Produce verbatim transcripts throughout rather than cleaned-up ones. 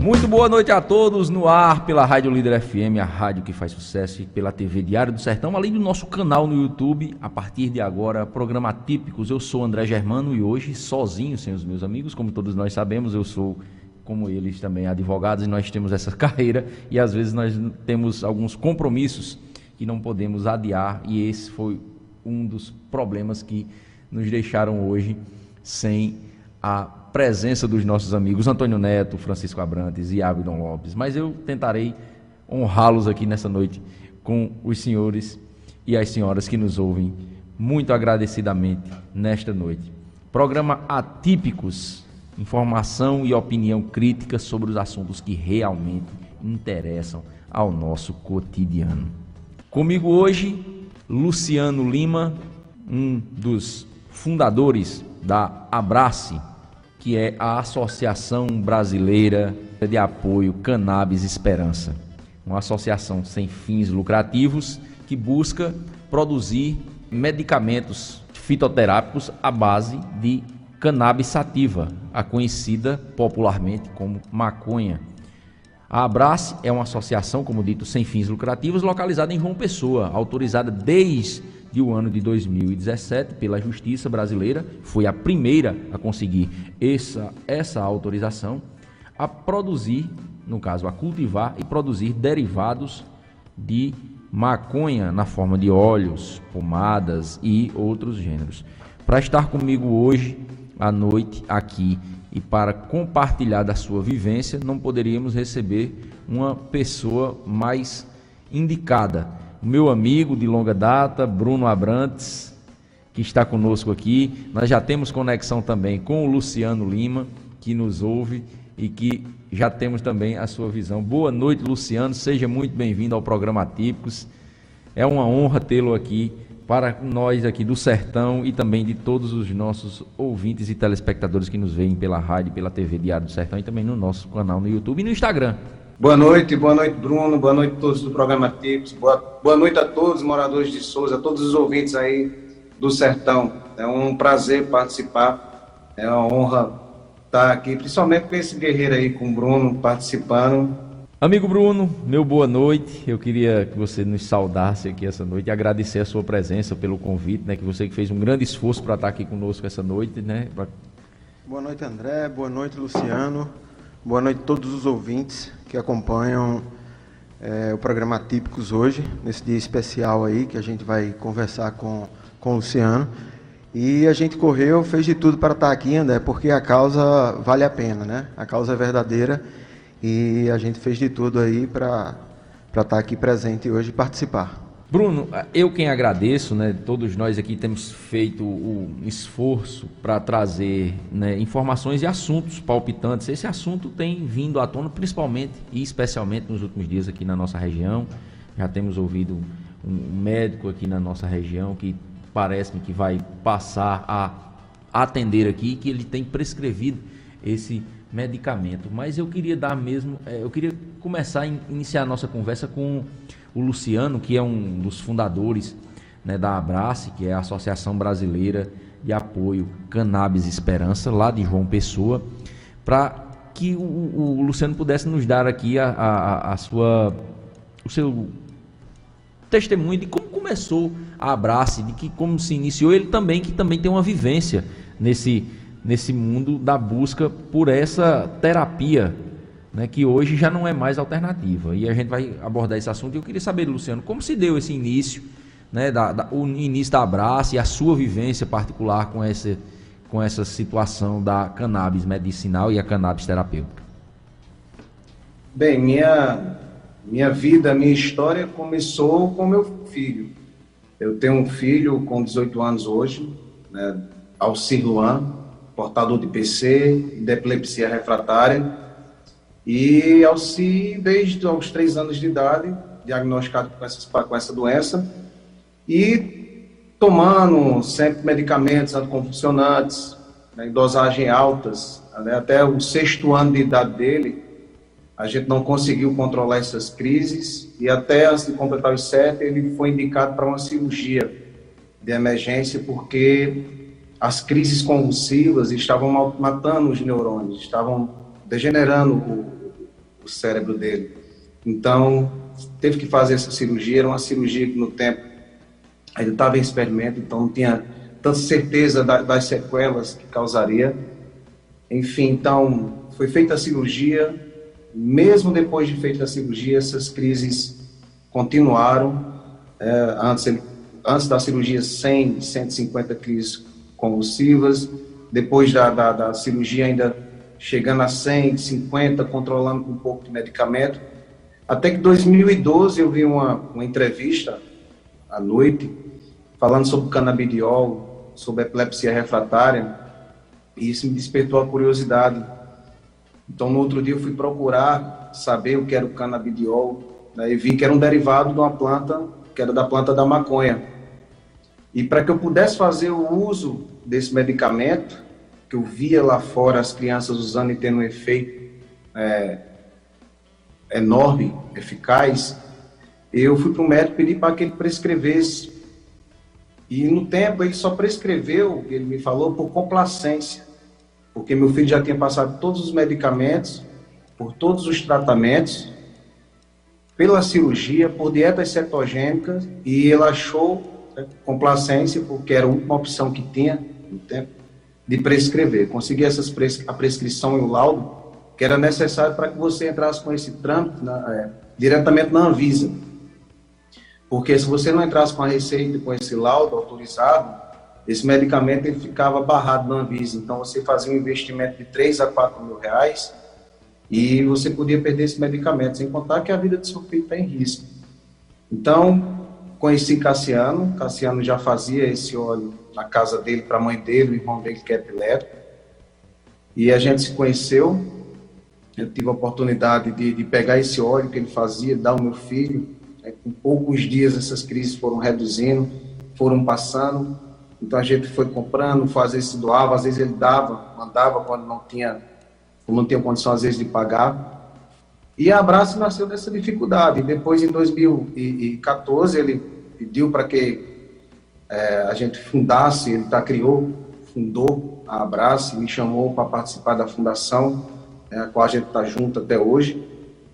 Muito boa noite a todos no ar pela Rádio Líder F M, a rádio que faz sucesso, e pela T V Diário do Sertão, além do nosso canal no YouTube. A partir de agora, programa Atípicos. Eu sou André Germano e hoje sozinho, sem os meus amigos, como todos nós sabemos, eu sou, como eles também, advogados, e nós temos essa carreira e às vezes nós temos alguns compromissos que não podemos adiar, e esse foi um dos problemas que nos deixaram hoje sem a presença dos nossos amigos Antônio Neto, Francisco Abrantes e Abdon Lopes. Mas eu tentarei honrá-los aqui nessa noite com os senhores e as senhoras que nos ouvem muito agradecidamente nesta noite. Programa Atípicos, informação e opinião crítica sobre os assuntos que realmente interessam ao nosso cotidiano. Comigo hoje, Luciano Lima, um dos fundadores da Abrace, que é a Associação Brasileira de Apoio Cannabis Esperança, uma associação sem fins lucrativos que busca produzir medicamentos fitoterápicos à base de cannabis sativa, a conhecida popularmente como maconha. A Abrace é uma associação, como dito, sem fins lucrativos, localizada em João Pessoa, autorizada desde o ano de dois mil e dezessete pela Justiça Brasileira. Foi a primeira a conseguir essa, essa autorização a produzir, no caso a cultivar e produzir derivados de maconha na forma de óleos, pomadas e outros gêneros. Para estar comigo hoje à noite aqui e para compartilhar da sua vivência, não poderíamos receber uma pessoa mais indicada. O meu amigo de longa data, Bruno Abrantes, que está conosco aqui. Nós já temos conexão também com o Luciano Lima, que nos ouve e que já temos também a sua visão. Boa noite, Luciano, seja muito bem-vindo ao programa Atípicos. É uma honra tê-lo aqui para nós aqui do Sertão e também de todos os nossos ouvintes e telespectadores que nos veem pela rádio, pela T V Diário do Sertão e também no nosso canal no YouTube e no Instagram. Boa noite, boa noite, Bruno, boa noite a todos do programa Atípicos, boa, boa noite a todos os moradores de Souza, a todos os ouvintes aí do Sertão. É um prazer participar, é uma honra estar aqui, principalmente com esse guerreiro aí, com o Bruno, participando. Amigo Bruno, meu boa noite. Eu queria que você nos saudasse aqui essa noite e agradecer a sua presença, pelo convite, né? Que você que fez um grande esforço para estar aqui conosco essa noite, né? Pra... Boa noite, André, boa noite, Luciano, boa noite a todos os ouvintes que acompanham é, o programa Atípicos hoje, nesse dia especial aí, que a gente vai conversar com, com o Luciano. E a gente correu, fez de tudo para estar aqui, André, porque a causa vale a pena, né? A causa é verdadeira e a gente fez de tudo aí para para estar aqui presente hoje e participar. Bruno, eu quem agradeço, né? Todos nós aqui temos feito o esforço para trazer, né, informações e assuntos palpitantes. Esse assunto tem vindo à tona, principalmente e especialmente nos últimos dias aqui na nossa região. Já temos ouvido um médico aqui na nossa região que parece-me que vai passar a atender aqui, que ele tem prescrevido esse medicamento. Mas eu queria dar mesmo, eu queria começar a iniciar a nossa conversa com o Luciano, que é um dos fundadores, né, da Abrace, que é a Associação Brasileira de Apoio Cannabis Esperança, lá de João Pessoa, para que o, o Luciano pudesse nos dar aqui a, a, a sua, o seu testemunho de como começou a Abrace, de que como se iniciou, ele também, que também tem uma vivência nesse, nesse mundo da busca por essa terapia, né, que hoje já não é mais alternativa. E a gente vai abordar esse assunto. E eu queria saber, Luciano, como se deu esse início, né, da, da, o início da Abrace e a sua vivência particular com essa, com essa situação da cannabis medicinal e a cannabis terapêutica. Bem, minha, minha vida, minha história começou com meu filho. Eu tenho um filho com dezoito anos hoje, né, Alcir Luan, portador de P C, de epilepsia refratária. E Alci, desde os três anos de idade, diagnosticado com essa, com essa doença, e tomando sempre medicamentos anticonvulsionantes, né, em dosagem altas, né, até o sexto ano de idade dele, a gente não conseguiu controlar essas crises, e até antes de completar os sete, ele foi indicado para uma cirurgia de emergência, porque as crises convulsivas estavam matando os neurônios, estavam degenerando o, o cérebro dele. Então, teve que fazer essa cirurgia. Era uma cirurgia que no tempo ainda estava em experimento, então não tinha tanta certeza da, das sequelas que causaria. Enfim, então, foi feita a cirurgia. Mesmo depois de feita a cirurgia, essas crises continuaram. É, antes, ele, antes da cirurgia, cem, cento e cinquenta crises convulsivas. Depois da, da, da cirurgia, ainda chegando a cem, cinquenta, controlando com um pouco de medicamento. Até que em dois mil e doze eu vi uma, uma entrevista à noite, falando sobre canabidiol, sobre epilepsia refratária, e isso me despertou a curiosidade. Então, no outro dia, eu fui procurar saber o que era o canabidiol, né, e vi que era um derivado de uma planta, que era da planta da maconha. E para que eu pudesse fazer o uso desse medicamento, que eu via lá fora as crianças usando e tendo um efeito é, enorme, eficaz, eu fui para o médico pedir para que ele prescrevesse. E no tempo ele só prescreveu, ele me falou, por complacência, porque meu filho já tinha passado todos os medicamentos, por todos os tratamentos, pela cirurgia, por dietas cetogênicas, e ele achou, né, complacência, porque era uma opção que tinha no tempo, de prescrever. Consegui essas pres a prescrição e o laudo, que era necessário para que você entrasse com esse trâmite na, é, diretamente na Anvisa. Porque se você não entrasse com a receita e com esse laudo autorizado, esse medicamento ele ficava barrado na Anvisa. Então você fazia um investimento de três a quatro mil reais e você podia perder esse medicamento, sem contar que a vida do seu filho está em risco. Então, conheci Cassiano. Cassiano já fazia esse óleo na casa dele, para a mãe dele, o irmão dele que é epilético. E a gente se conheceu. Eu tive a oportunidade de, de pegar esse óleo que ele fazia, dar ao meu filho. É, com poucos dias essas crises foram reduzindo, foram passando. Então a gente foi comprando, às vezes se doava, às vezes ele dava, mandava quando não tinha, não tinha condição às vezes de pagar. E a Abrace nasceu dessa dificuldade. Depois, em dois mil e quatorze, ele pediu para que é, a gente fundasse, ele tá, criou, fundou a Abrace, me chamou para participar da fundação, é, a qual a gente está junto até hoje,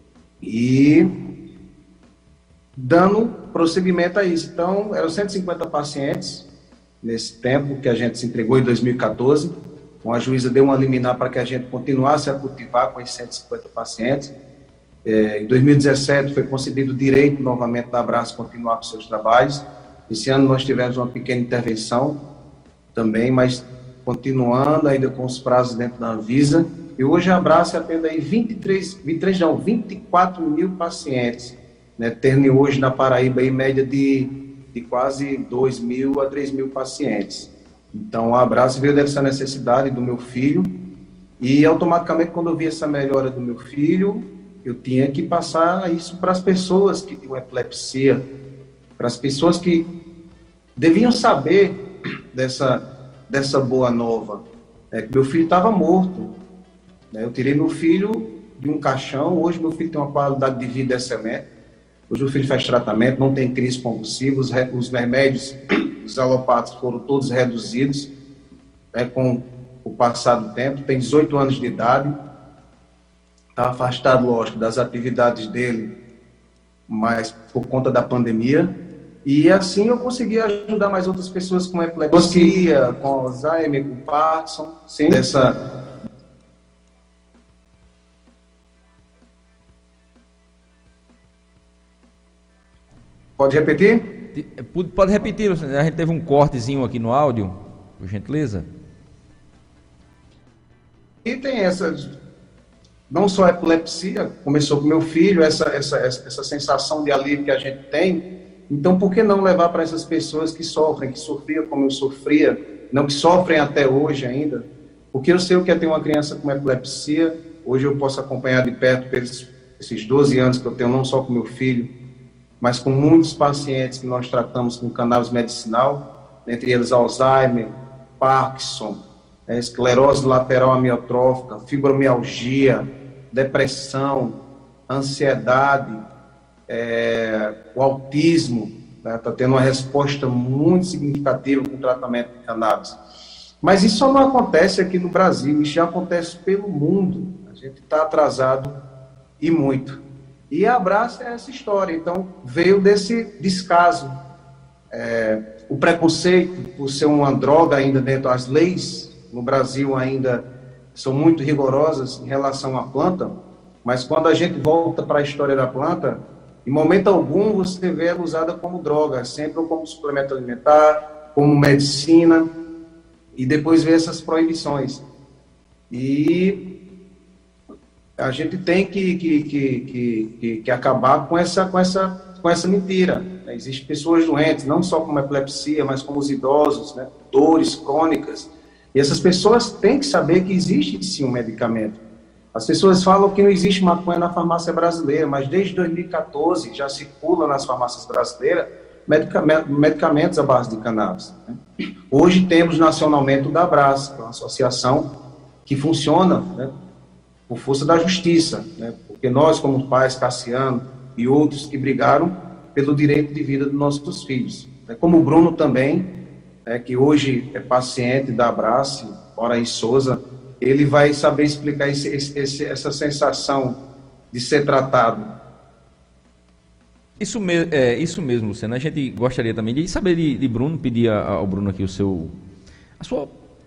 e dando prosseguimento a isso. Então, eram cento e cinquenta pacientes nesse tempo que a gente se entregou em dois mil e quatorze, com a juíza deu uma liminar para que a gente continuasse a cultivar com esses cento e cinquenta pacientes. É, em dois mil e dezessete foi concedido o direito novamente da Abrace continuar com seus trabalhos. Esse ano nós tivemos uma pequena intervenção também, mas continuando ainda com os prazos dentro da Anvisa. E hoje a Abrace atende aí vinte e três, vinte e três não, vinte e quatro mil pacientes, né, tendo hoje na Paraíba em média de, de quase dois mil a três mil pacientes. Então a Abrace veio dessa necessidade do meu filho e automaticamente quando eu vi essa melhora do meu filho, eu tinha que passar isso para as pessoas que tinham epilepsia, para as pessoas que deviam saber dessa, dessa boa nova. É que meu filho estava morto. Né? Eu tirei meu filho de um caixão, hoje meu filho tem uma qualidade de vida excelente. Hoje meu filho faz tratamento, não tem crise convulsiva, os, os remédios, os alopáticos foram todos reduzidos, né, com o passar do tempo, tem dezoito anos de idade, está afastado, lógico, das atividades dele, mas por conta da pandemia, e assim eu consegui ajudar mais outras pessoas com epilepsia, com Alzheimer, com Parkinson, sim, dessa... Pode repetir? Pode repetir, a gente teve um cortezinho aqui no áudio, por gentileza. E tem essa, não só a epilepsia, começou com meu filho, essa, essa, essa, essa sensação de alívio que a gente tem. Então, por que não levar para essas pessoas que sofrem, que sofriam como eu sofria, não que sofrem até hoje ainda? Porque eu sei o que é ter uma criança com epilepsia, hoje eu posso acompanhar de perto pelos, esses doze anos que eu tenho, não só com meu filho, mas com muitos pacientes que nós tratamos com cannabis medicinal, entre eles Alzheimer, Parkinson, é, esclerose lateral amiotrófica, fibromialgia, depressão, ansiedade, é, o autismo, está, né, tendo uma resposta muito significativa com o tratamento de cannabis. Mas isso só não acontece aqui no Brasil, isso já acontece pelo mundo. A gente está atrasado e muito. E a Abrace é essa história. Então, veio desse descaso. É, o preconceito por ser uma droga ainda dentro das leis, no Brasil ainda são muito rigorosas em relação à planta, mas quando a gente volta para a história da planta, em momento algum você vê ela usada como droga, sempre como suplemento alimentar, como medicina, e depois vê essas proibições. E a gente tem que, que, que, que, que acabar com essa, com, essa, com essa mentira. Existem pessoas doentes, não só com epilepsia, mas como os idosos, né? Dores crônicas. E essas pessoas têm que saber que existe sim um medicamento. As pessoas falam que não existe maconha na farmácia brasileira, mas desde dois mil e quatorze já circula nas farmácias brasileiras medicamentos à base de cannabis. Né? Hoje temos nacionalmente o da Abrace, que é uma associação que funciona, né, por força da justiça, né? Porque nós, como pais, Cassiano e outros que brigaram pelo direito de vida dos nossos filhos. Né? Como o Bruno também, né, que hoje é paciente da Abrace, Oraí Souza, ele vai saber explicar esse, esse, essa sensação de ser tratado. Isso, me, é, isso mesmo, Luciano. A gente gostaria também de saber de, de Bruno, pedir ao Bruno aqui o seu, a sua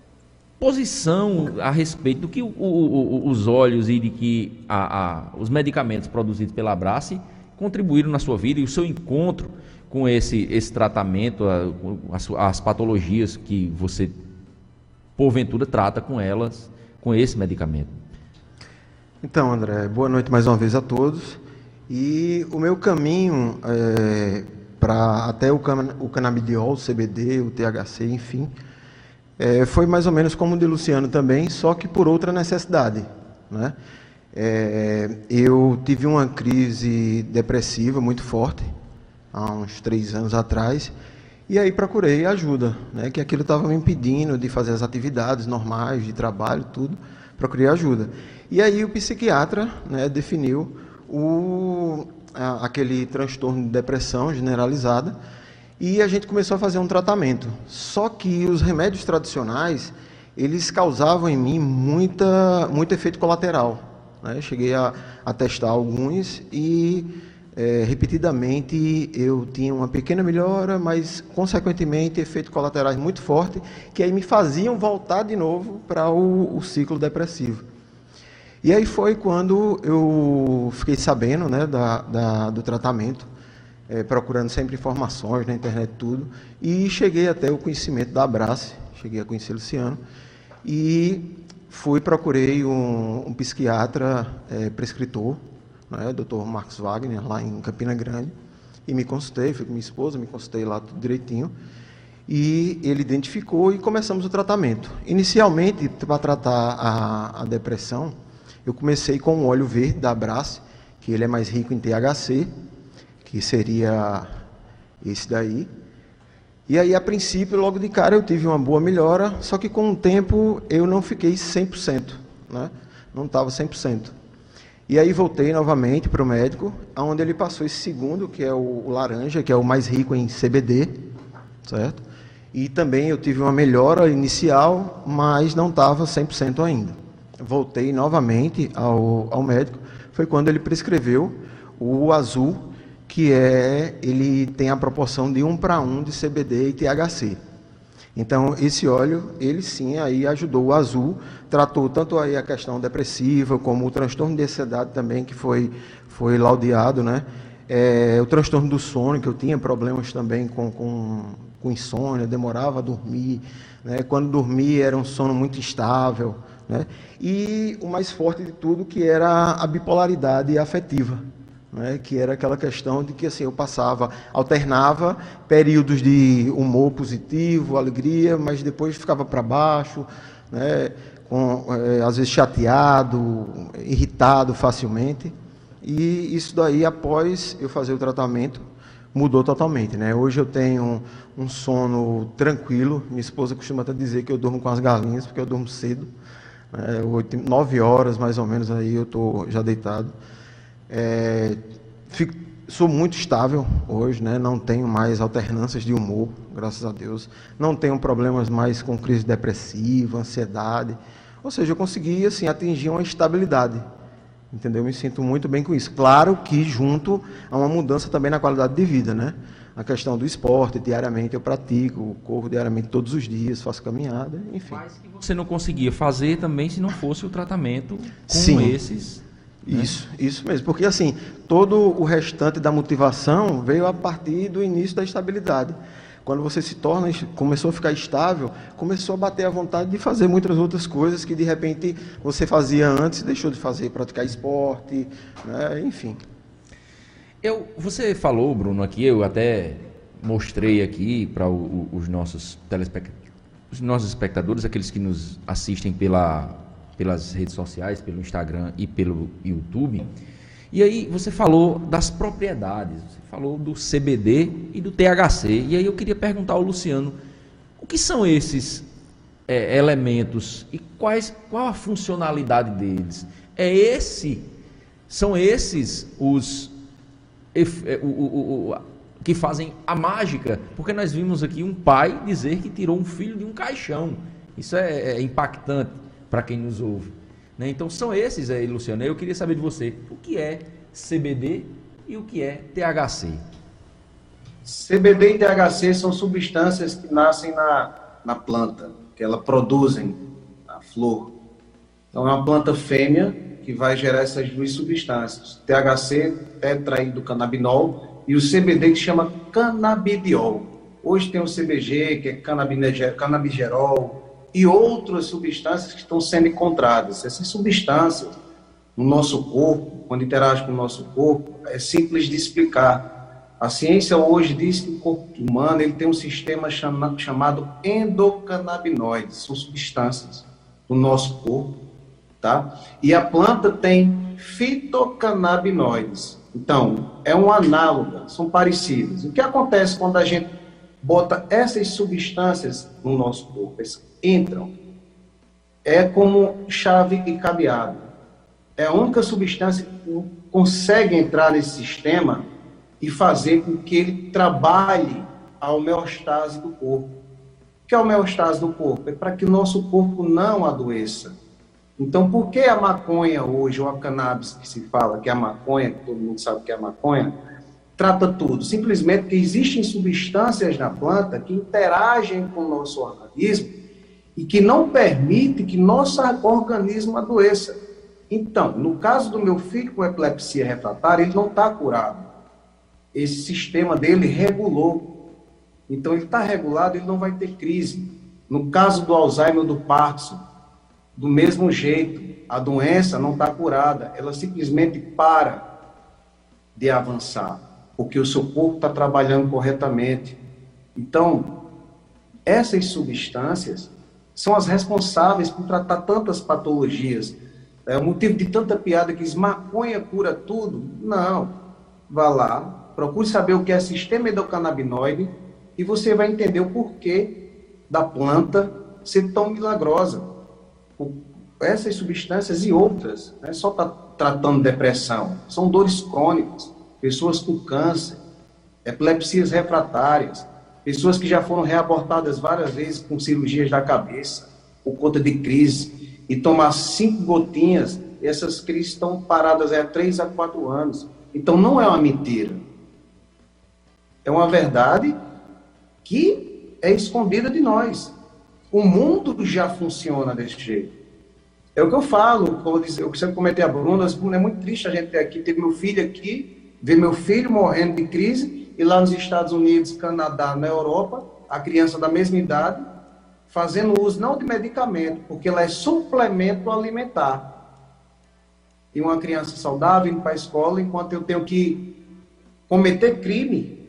posição a respeito do que o, o, os óleos e de que a, a, os medicamentos produzidos pela Abrace contribuíram na sua vida e o seu encontro com esse, esse tratamento, a, as, as patologias que você, porventura, trata com elas, com esse medicamento. Então, André, boa noite mais uma vez a todos. E o meu caminho é, para até o, can, o canabidiol, o C B D, o T H C, enfim, é, foi mais ou menos como o de Luciano também, só que por outra necessidade, né? É, eu tive uma crise depressiva muito forte, há uns três anos atrás, e aí procurei ajuda, né? Que aquilo estava me impedindo de fazer as atividades normais, de trabalho, tudo, procurei ajuda. E aí o psiquiatra, né, definiu o, a, aquele transtorno de depressão generalizada, e a gente começou a fazer um tratamento. Só que os remédios tradicionais, eles causavam em mim muita, muito efeito colateral. Né? Cheguei a, a testar alguns e, é, repetidamente, eu tinha uma pequena melhora, mas, consequentemente, efeitos colaterais muito fortes, que aí me faziam voltar de novo para o, o ciclo depressivo. E aí foi quando eu fiquei sabendo, né, da, da, do tratamento, é, procurando sempre informações na internet, tudo, e cheguei até o conhecimento da Abrace, cheguei a conhecer o Luciano, e fui, procurei um, um psiquiatra é, prescritor, né, doutor Marcos Wagner, lá em Campina Grande, e me consultei, fui com minha esposa, me consultei lá tudo direitinho, e ele identificou e começamos o tratamento. Inicialmente, para tratar a, a depressão, eu comecei com o óleo verde da Abrace, que ele é mais rico em T H C, que seria esse daí. E aí, a princípio, logo de cara, eu tive uma boa melhora, só que com o tempo eu não fiquei cem por cento, né? Não estava cem por cento. E aí voltei novamente para o médico, onde ele passou esse segundo, que é o, o laranja, que é o mais rico em C B D, certo? E também eu tive uma melhora inicial, mas não estava cem por cento ainda. Voltei novamente ao, ao médico, foi quando ele prescreveu o azul, que é, ele tem a proporção de um para um de C B D e T H C. Então, esse óleo, ele sim, aí ajudou o azul, tratou tanto aí a questão depressiva, como o transtorno de ansiedade também, que foi, foi laudeado, né? É, o transtorno do sono, que eu tinha problemas também com, com, com insônia, demorava a dormir, né? Quando dormia era um sono muito instável, né? E o mais forte de tudo, que era a bipolaridade afetiva, né? Que era aquela questão de que assim, eu passava, alternava períodos de humor positivo, alegria, mas depois ficava para baixo, né? Com, é, às vezes chateado, irritado facilmente. E isso daí, após eu fazer o tratamento, mudou totalmente, né? Hoje eu tenho um, um sono tranquilo. Minha esposa costuma até dizer que eu durmo com as galinhas, porque eu durmo cedo. É, oito, nove horas, mais ou menos, aí eu estou já deitado. É, fico, sou muito estável hoje, né? Não tenho mais alternâncias de humor, graças a Deus. Não tenho problemas mais com crise depressiva, ansiedade. Ou seja, eu consegui assim, atingir uma estabilidade, entendeu? Eu me sinto muito bem com isso. Claro que junto a uma mudança também na qualidade de vida, né? A questão do esporte, diariamente eu pratico, corro diariamente todos os dias, faço caminhada, enfim. Mas que você não conseguia fazer também se não fosse o tratamento com Sim. esses... Né? Isso, isso mesmo, porque assim, todo o restante da motivação veio a partir do início da estabilidade. Quando você se torna, começou a ficar estável, começou a bater a vontade de fazer muitas outras coisas que de repente você fazia antes e deixou de fazer, praticar esporte, né? Enfim. Eu, você falou, Bruno, aqui, eu até mostrei aqui para os nossos telespectadores, os nossos espectadores, aqueles que nos assistem pela, pelas redes sociais, pelo Instagram e pelo YouTube. E aí você falou das propriedades, você falou do C B D e do T H C. E aí eu queria perguntar ao Luciano, o que são esses é, elementos e quais, qual a funcionalidade deles? É esse, são esses os o, o, o, que fazem a mágica? Porque nós vimos aqui um pai dizer que tirou um filho de um caixão. Isso é, é impactante para quem nos ouve. Né? Então são esses aí, Luciano. Eu queria saber de você, o que é C B D e o que é T H C? C B D e T H C são substâncias que nascem na, na planta, que elas produzem a flor. Então é uma planta fêmea que vai gerar essas duas substâncias. T H C, tetraidrocannabinol, e o C B D que chama canabidiol. Hoje tem o C B G, que é canabigerol, e outras substâncias que estão sendo encontradas. Essas substâncias, no nosso corpo, quando interagem com o nosso corpo, é simples de explicar. A ciência hoje diz que o corpo humano ele tem um sistema chama, chamado endocannabinoides, são substâncias do nosso corpo, tá? E a planta tem fitocannabinoides. Então, é um análogo, são parecidas. O que acontece quando a gente bota essas substâncias no nosso corpo? Eles entram. É como chave e cabeado. É a única substância que consegue entrar nesse sistema e fazer com que ele trabalhe a homeostase do corpo. O que é a homeostase do corpo? É para que o nosso corpo não adoeça. Então, por que a maconha hoje, ou a cannabis que se fala que é a maconha, que todo mundo sabe que é a maconha, trata tudo? Simplesmente porque existem substâncias na planta que interagem com o nosso organismo e que não permite que nosso organismo adoeça. Então, no caso do meu filho com epilepsia refratária, ele não está curado. Esse sistema dele regulou. Então, ele está regulado, ele não vai ter crise. No caso do Alzheimer, do Parkinson, do mesmo jeito, a doença não está curada, ela simplesmente para de avançar, porque o seu corpo está trabalhando corretamente. Então, essas substâncias são as responsáveis por tratar tantas patologias. É o motivo de tanta piada que diz, maconha cura tudo? Não. Vá lá, procure saber o que é sistema endocannabinoide e você vai entender o porquê da planta ser tão milagrosa. Essas substâncias e outras, não é só tá tratando depressão, são dores crônicas, pessoas com câncer, epilepsias refratárias, pessoas que já foram reabortadas várias vezes com cirurgias da cabeça, por conta de crise, e tomar cinco gotinhas, essas crises estão paradas há três a quatro anos. Então não é uma mentira. É uma verdade que é escondida de nós. O mundo já funciona desse jeito. É o que eu falo, como eu, disse, eu sempre comentei a Bruna, é muito triste a gente ter aqui, ter meu filho aqui, ver meu filho morrendo de crise, e lá nos Estados Unidos, Canadá, na Europa, a criança da mesma idade, fazendo uso não de medicamento, porque ela é suplemento alimentar. E uma criança saudável indo para a escola, enquanto eu tenho que cometer crime,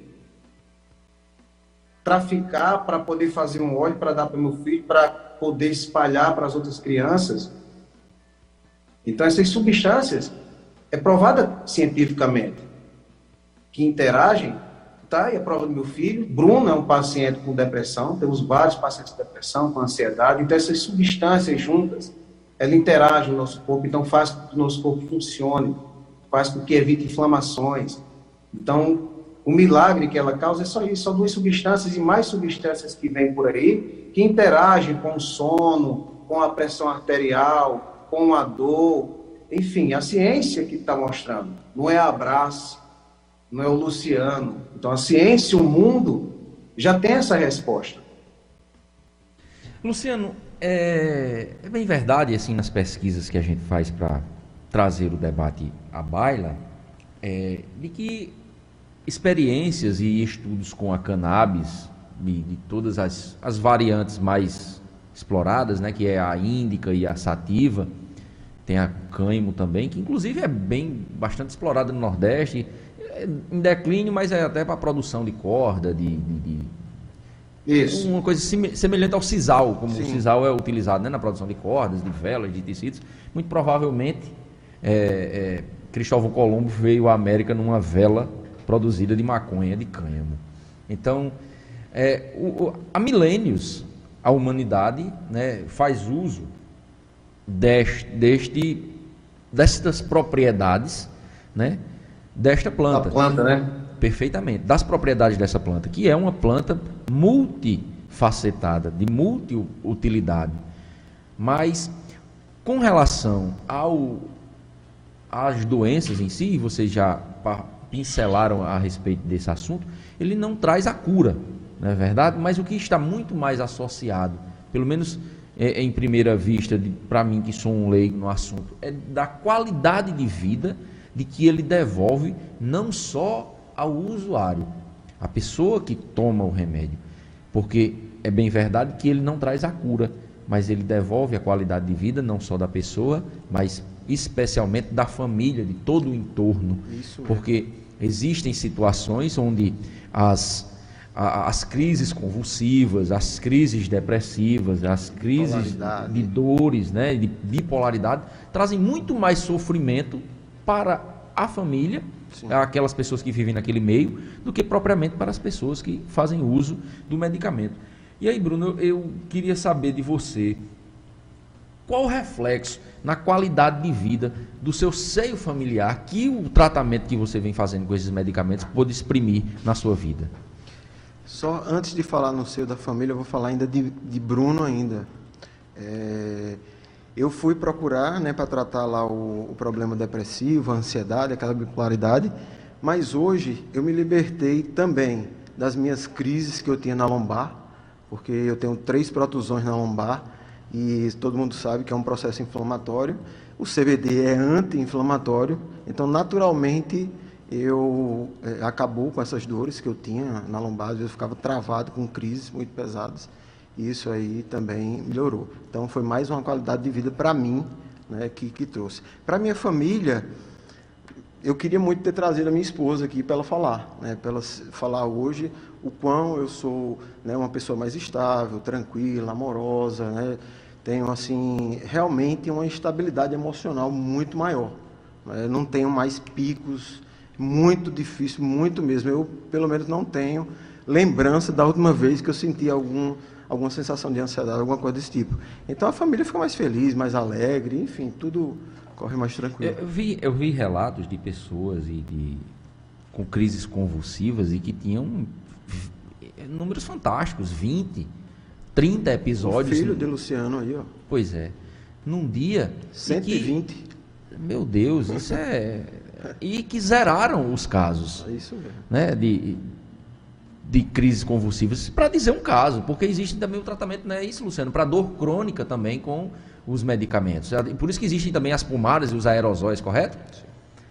traficar para poder fazer um óleo para dar para o meu filho, para poder espalhar para as outras crianças. Então, essas substâncias é provada cientificamente que interagem, tá? E a prova do meu filho, Bruno é um paciente com depressão, temos vários pacientes com depressão, com ansiedade, então essas substâncias juntas, ela interage no nosso corpo, então faz com que o nosso corpo funcione, faz com que evite inflamações. Então, o milagre que ela causa é só isso, são duas substâncias e mais substâncias que vêm por aí, que interagem com o sono, com a pressão arterial, com a dor, Enfim, a ciência que está mostrando, não é a Brás, não é o Luciano. Então a ciência, o mundo, já tem essa resposta. Luciano, é, é bem verdade, assim, nas pesquisas que a gente faz para trazer o debate à baila, é, de que experiências e estudos com a cannabis, de, de todas as, as variantes mais exploradas, né, que é a índica e a sativa, tem a cânhamo também, que inclusive é bem, bastante explorada no Nordeste, é em declínio, mas é até para a produção de corda, de, de, de Isso. uma coisa semelhante ao sisal, como Sim. o sisal é utilizado, né, na produção de cordas, de velas, de tecidos. Muito provavelmente é, é, Cristóvão Colombo veio à América numa vela produzida de maconha, de cânhamo. Então, é, o, há milênios a humanidade, né, faz uso deste, deste, destas propriedades, né, desta planta. A planta, né? Perfeitamente, das propriedades dessa planta, que é uma planta multifacetada, de multiutilidade. Mas, com relação ao, às doenças em si, vocês já pincelaram a respeito desse assunto, ele não traz a cura, não é verdade? Mas o que está muito mais associado, pelo menos é, em primeira vista, para mim que sou um leigo no assunto, é da qualidade de vida de que ele devolve não só ao usuário, a pessoa que toma o remédio, porque é bem verdade que ele não traz a cura, mas ele devolve a qualidade de vida não só da pessoa, mas especialmente da família, de todo o entorno. Isso mesmo. Porque existem situações onde as, a, as crises convulsivas, as crises depressivas, as crises de dores, né, de bipolaridade, trazem muito mais sofrimento para a família, sim, aquelas pessoas que vivem naquele meio, do que propriamente para as pessoas que fazem uso do medicamento. E aí, Bruno, eu, eu queria saber de você, qual o reflexo na qualidade de vida do seu seio familiar que o tratamento que você vem fazendo com esses medicamentos pôde exprimir na sua vida? Só antes de falar no seio da família, eu vou falar ainda de, de Bruno ainda. É... Eu fui procurar, né, para tratar lá o, o problema depressivo, a ansiedade, aquela bipolaridade, mas hoje eu me libertei também das minhas crises que eu tinha na lombar, porque eu tenho três protusões na lombar e todo mundo sabe que é um processo inflamatório. O C B D é anti-inflamatório, então naturalmente eu é, acabou com essas dores que eu tinha na lombar, às vezes eu ficava travado com crises muito pesadas. Isso aí também melhorou. Então, foi mais uma qualidade de vida para mim, né, que, que trouxe. Para minha família, eu queria muito ter trazido a minha esposa aqui para ela falar, né, para ela falar hoje o quão eu sou, né, uma pessoa mais estável, tranquila, amorosa, né, tenho, assim, realmente uma estabilidade emocional muito maior. Né, não tenho mais picos, muito difícil, muito mesmo. Eu, pelo menos, não tenho lembrança da última vez que eu senti algum... alguma sensação de ansiedade, alguma coisa desse tipo. Então a família fica mais feliz, mais alegre, enfim, tudo corre mais tranquilo. Eu vi, eu vi relatos de pessoas e de, com crises convulsivas e que tinham números fantásticos, vinte, trinta episódios. O filho de Luciano aí, ó. Pois é. Num dia... cento e vinte. Que, meu Deus, isso é... E que zeraram os casos. É isso mesmo. Né, de... de crises convulsivas, para dizer um caso, porque existe também o tratamento, não é isso, Luciano, para dor crônica também com os medicamentos. Por isso que existem também as pomadas e os aerosóis, correto? Sim.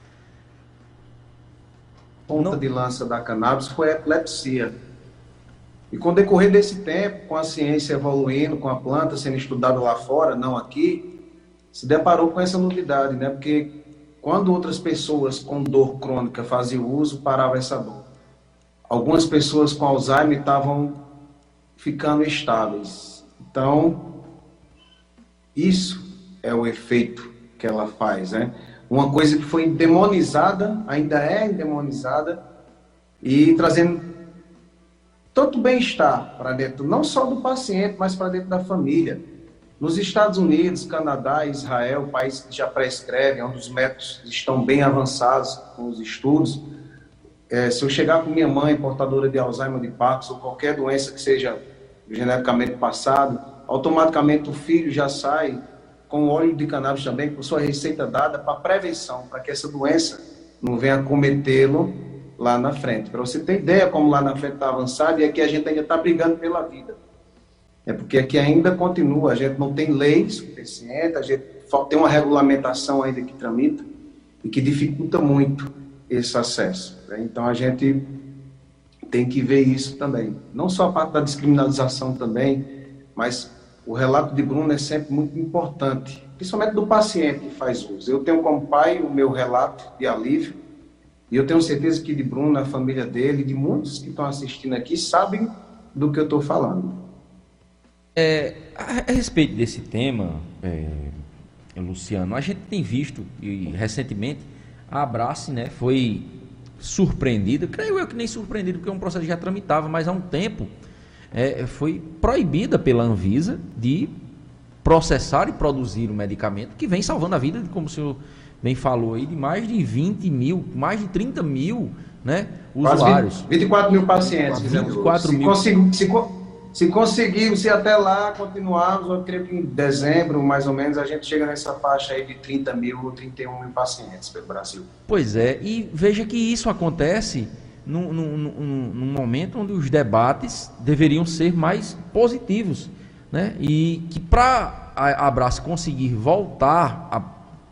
Ponta não... de lança da cannabis foi a epilepsia. E com o decorrer desse tempo, com a ciência evoluindo, com a planta sendo estudada lá fora, não aqui, se deparou com essa novidade, né? Porque quando outras pessoas com dor crônica faziam uso, parava essa dor. Algumas pessoas com Alzheimer estavam ficando estáveis. Então, isso é o efeito que ela faz, né? Uma coisa que foi demonizada, ainda é endemonizada, e trazendo tanto bem-estar para dentro, não só do paciente, mas para dentro da família. Nos Estados Unidos, Canadá, Israel, países que já prescrevem, onde os métodos estão bem avançados com os estudos. É, se eu chegar com minha mãe, portadora de Alzheimer, de Parkinson, ou qualquer doença que seja geneticamente passada, automaticamente o filho já sai com o óleo de cannabis também, com sua receita dada para prevenção, para que essa doença não venha cometê-lo lá na frente. Para você ter ideia como lá na frente está avançado, e aqui a gente ainda está brigando pela vida. É porque aqui ainda continua, a gente não tem lei suficiente, a gente tem uma regulamentação ainda que tramita e que dificulta muito esse acesso. Né? Então a gente tem que ver isso também. Não só a parte da descriminalização também, mas o relato de Bruno é sempre muito importante, principalmente do paciente que faz uso. Eu tenho como pai o meu relato de alívio, e eu tenho certeza que de Bruno, a família dele, de muitos que estão assistindo aqui, sabem do que eu estou falando. É, a, a respeito desse tema, é, Luciano, a gente tem visto, e recentemente, a Abrace, né, foi surpreendida, creio eu que nem surpreendida, porque é um processo que já tramitava, mas há um tempo é, foi proibida pela Anvisa de processar e produzir um medicamento que vem salvando a vida, de, como o senhor bem falou aí, de mais de vinte mil, mais de trinta mil, né, usuários. vinte, vinte e quatro mil pacientes. vinte e quatro mil. Se, se, se conseguir, se até lá continuarmos, eu creio que em dezembro, mais ou menos, a gente chega nessa faixa aí de trinta mil ou trinta e um mil pacientes pelo Brasil. Pois é, e veja que isso acontece num, num, num, num momento onde os debates deveriam ser mais positivos, né? E que para a Abrace conseguir voltar a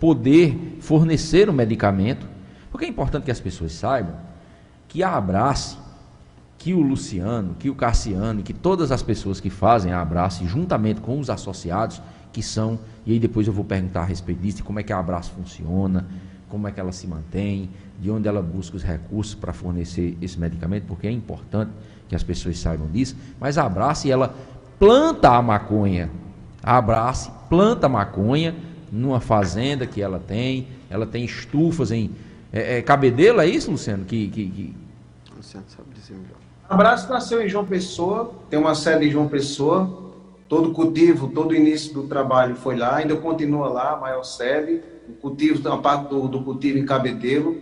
poder fornecer o medicamento, porque é importante que as pessoas saibam que a Abrace, que o Luciano, que o Cassiano e que todas as pessoas que fazem a Abrace, juntamente com os associados, que são, e aí depois eu vou perguntar a respeito disso, de como é que a Abrace funciona, como é que ela se mantém, de onde ela busca os recursos para fornecer esse medicamento, porque é importante que as pessoas saibam disso, mas a Abrace, ela planta a maconha, a Abrace planta a maconha numa fazenda que ela tem, ela tem estufas em é, é, Cabedelo, é isso, Luciano? Que, que, que... Luciano sabe dizer melhor. A Abrace nasceu em João Pessoa, tem uma sede em João Pessoa, todo cultivo, todo o início do trabalho foi lá, ainda continua lá, a maior sede, o cultivo, a parte do, do cultivo em Cabedelo,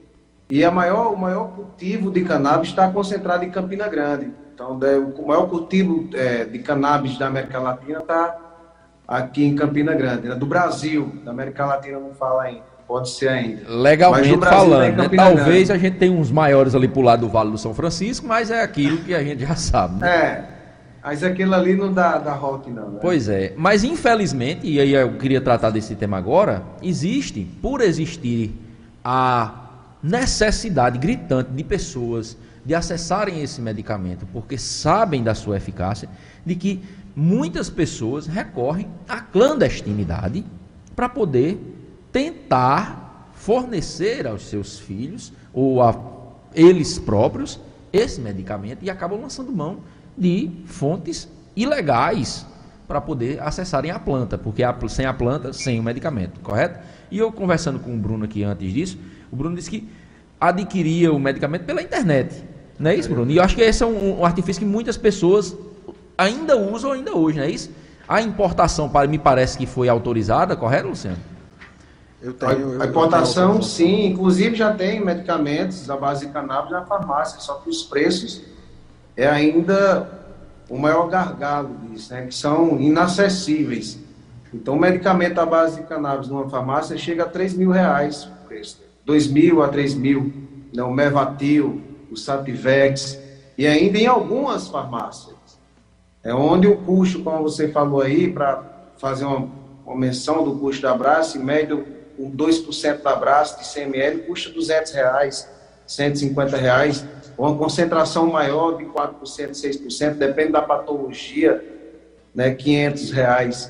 e a maior, o maior cultivo de cannabis está concentrado em Campina Grande. Então, o maior cultivo é, de cannabis da América Latina está aqui em Campina Grande, né? Do Brasil, da América Latina não fala ainda, pode ser ainda. Legalmente falando, né? Talvez a gente tenha uns maiores ali pro lado do Vale do São Francisco, mas é aquilo que a gente já sabe, né? É, mas aquilo ali não dá, dá rock não, né? Pois é, mas infelizmente, e aí eu queria tratar desse tema agora, existe, por existir a necessidade gritante de pessoas de acessarem esse medicamento, porque sabem da sua eficácia, de que muitas pessoas recorrem à clandestinidade para poder tentar fornecer aos seus filhos ou a eles próprios esse medicamento e acabam lançando mão de fontes ilegais para poder acessarem a planta, porque a, sem a planta, sem o medicamento, correto? E eu conversando com o Bruno aqui antes disso, o Bruno disse que adquiria o medicamento pela internet, não é isso, Bruno? E eu acho que esse é um, um artifício que muitas pessoas ainda usam ainda hoje, não é isso? A importação, me parece que foi autorizada, correto, Luciano? Eu tenho, eu, a importação, eu tenho sim, inclusive já tem medicamentos à base de cannabis na farmácia, só que os preços é ainda o maior gargalo disso, né? Que são inacessíveis. Então, o medicamento à base de cannabis numa farmácia chega a três mil reais o preço, dois mil a três mil, né? O Mevatil, o Sativex, e ainda em algumas farmácias. É onde o custo, como você falou aí, para fazer uma, uma menção do custo da Abrace, em média, o dois por cento da Abrace de cem mililitros custa duzentos reais, cento e cinquenta reais, uma concentração maior de quatro por cento, seis por cento, depende da patologia, né, quinhentos reais.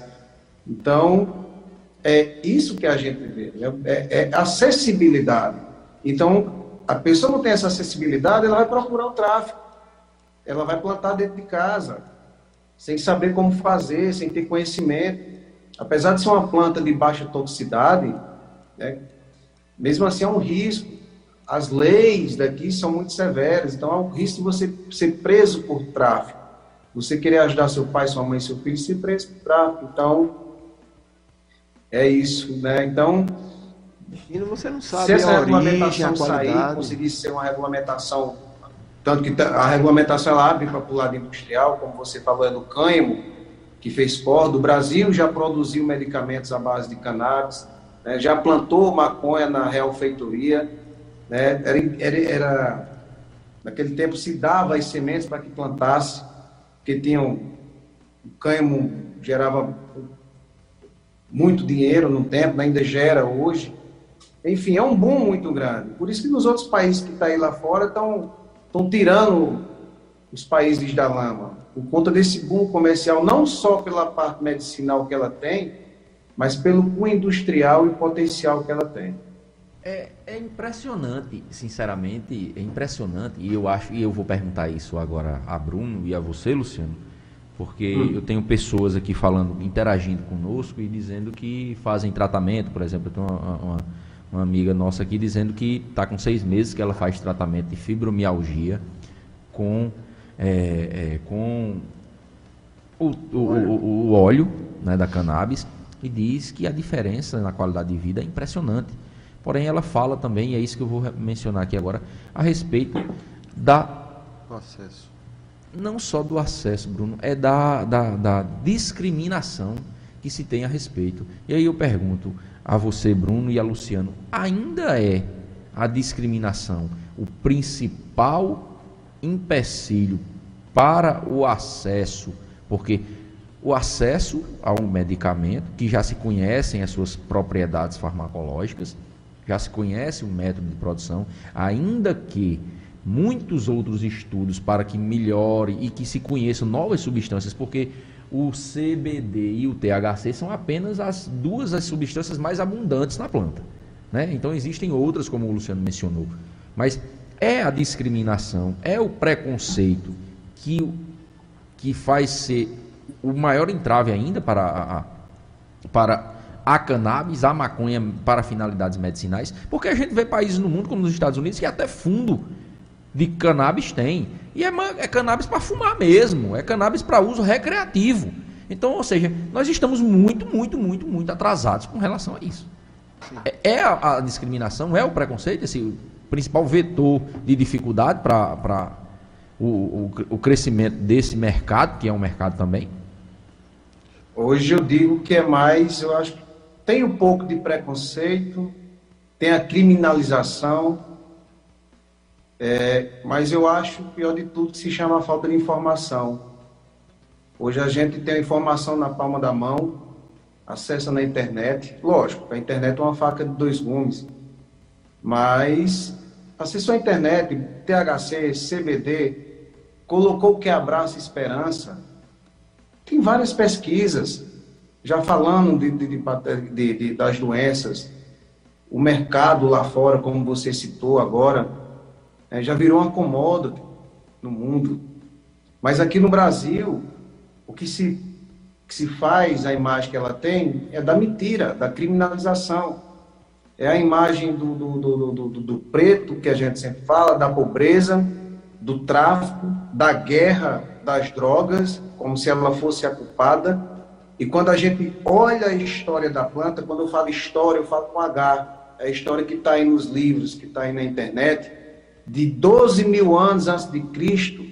Então, é isso que a gente vê, né? é, é acessibilidade. Então, a pessoa não tem essa acessibilidade, ela vai procurar o tráfico, ela vai plantar dentro de casa, sem saber como fazer, sem ter conhecimento. Apesar de ser uma planta de baixa toxicidade, né, mesmo assim é um risco. As leis daqui são muito severas, então há um risco de você ser preso por tráfico. Você querer ajudar seu pai, sua mãe, seu filho, ser preso por tráfico. Então, é isso, né? Então, e você não sabe se essa a regulamentação origem, a sair, conseguir ser uma regulamentação, tanto que a regulamentação ela abre para o lado industrial, como você falou, é do cânhamo, que fez corda. O Brasil já produziu medicamentos à base de cannabis, né? Já plantou maconha na Real Feitoria, né? Era, era, era, naquele tempo se dava as sementes para que plantasse, porque tinham, o cânhamo gerava muito dinheiro no tempo, ainda gera hoje. Enfim, é um boom muito grande. Por isso que nos outros países que estão aí lá fora estão tirando os países da lama, por conta desse boom comercial, não só pela parte medicinal que ela tem, mas pelo cunho industrial e potencial que ela tem. É, é impressionante, sinceramente, é impressionante, e eu acho, e eu vou perguntar isso agora a Bruno e a você, Luciano, porque hum. eu tenho pessoas aqui falando, interagindo conosco e dizendo que fazem tratamento. Por exemplo, eu tenho uma, uma, uma amiga nossa aqui dizendo que está com seis meses que ela faz tratamento de fibromialgia com, é, é, com o, o, o, o óleo, né, da cannabis, e diz que a diferença na qualidade de vida é impressionante. Porém, ela fala também, e é isso que eu vou mencionar aqui agora, a respeito da... do acesso. Não só do acesso, Bruno, é da, da, da discriminação que se tem a respeito. E aí eu pergunto a você, Bruno, e a Luciano, ainda é a discriminação o principal empecilho para o acesso? Porque o acesso a um medicamento, que já se conhecem as suas propriedades farmacológicas, já se conhece o método de produção, ainda que muitos outros estudos para que melhore e que se conheçam novas substâncias, porque o C B D e o T H C são apenas as duas as substâncias mais abundantes na planta, né? Então existem outras, como o Luciano mencionou, mas é a discriminação, é o preconceito que, que faz ser o maior entrave ainda para a, para a cannabis, a maconha para finalidades medicinais, porque a gente vê países no mundo, como nos Estados Unidos, que até fundo de cannabis tem, e é, é cannabis para fumar mesmo, é cannabis para uso recreativo. Então, ou seja, nós estamos muito, muito, muito, muito atrasados com relação a isso. É, é a, a discriminação, é o preconceito, esse principal vetor de dificuldade para o, o, o crescimento desse mercado, que é um mercado também. Hoje eu digo que é mais, eu acho que tem um pouco de preconceito, tem a criminalização, é, mas eu acho o pior de tudo que se chama a falta de informação. Hoje a gente tem a informação na palma da mão, acessa na internet, lógico, a internet é uma faca de dois gumes, mas acessou a internet, T H C, C B D, colocou o que abraça esperança. Tem várias pesquisas já falando de, de, de, de, das doenças. O mercado lá fora, como você citou agora, é, já virou uma commodity no mundo. Mas aqui no Brasil, o que se, que se faz, a imagem que ela tem, é da mentira, da criminalização. É a imagem do, do, do, do, do, do preto, que a gente sempre fala, da pobreza, do tráfico, da guerra das drogas, como se ela fosse a culpada. E quando a gente olha a história da planta, quando eu falo história, eu falo com H, é a história que está aí nos livros, que está aí na internet, de doze mil anos antes de Cristo,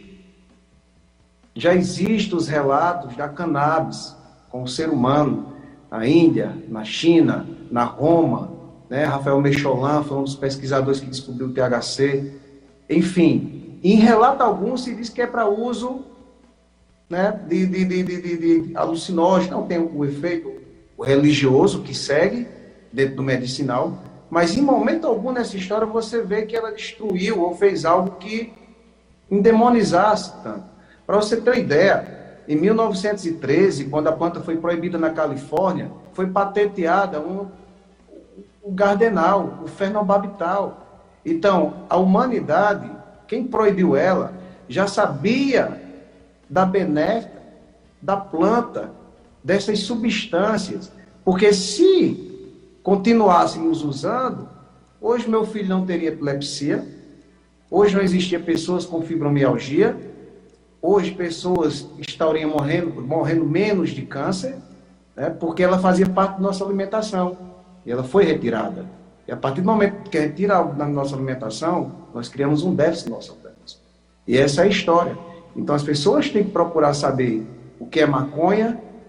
já existem os relatos da cannabis com o ser humano, na Índia, na China, na Roma, né? Rafael Mecholin foi um dos pesquisadores que descobriu o T H C. Enfim, em relato algum se diz que é para uso, né, de, de, de, de, de alucinógeno, não tem o efeito religioso que segue dentro do medicinal, mas em momento algum nessa história você vê que ela destruiu ou fez algo que endemonizasse tanto. Para você ter uma ideia, em mil novecentos e treze, quando a planta foi proibida na Califórnia, foi patenteada um, o gardenal, o fenobarbital. Então, a humanidade, quem proibiu ela, já sabia da benéfica, da planta, dessas substâncias. Porque se continuássemos usando, hoje meu filho não teria epilepsia, hoje não existia pessoas com fibromialgia, hoje pessoas estariam morrendo, morrendo menos de câncer, né, porque ela fazia parte da nossa alimentação, e ela foi retirada. E a partir do momento que a gente tira algo da nossa alimentação, nós criamos um déficit no nosso organismo. E essa é a história. Então as pessoas têm que procurar saber o que é maconha,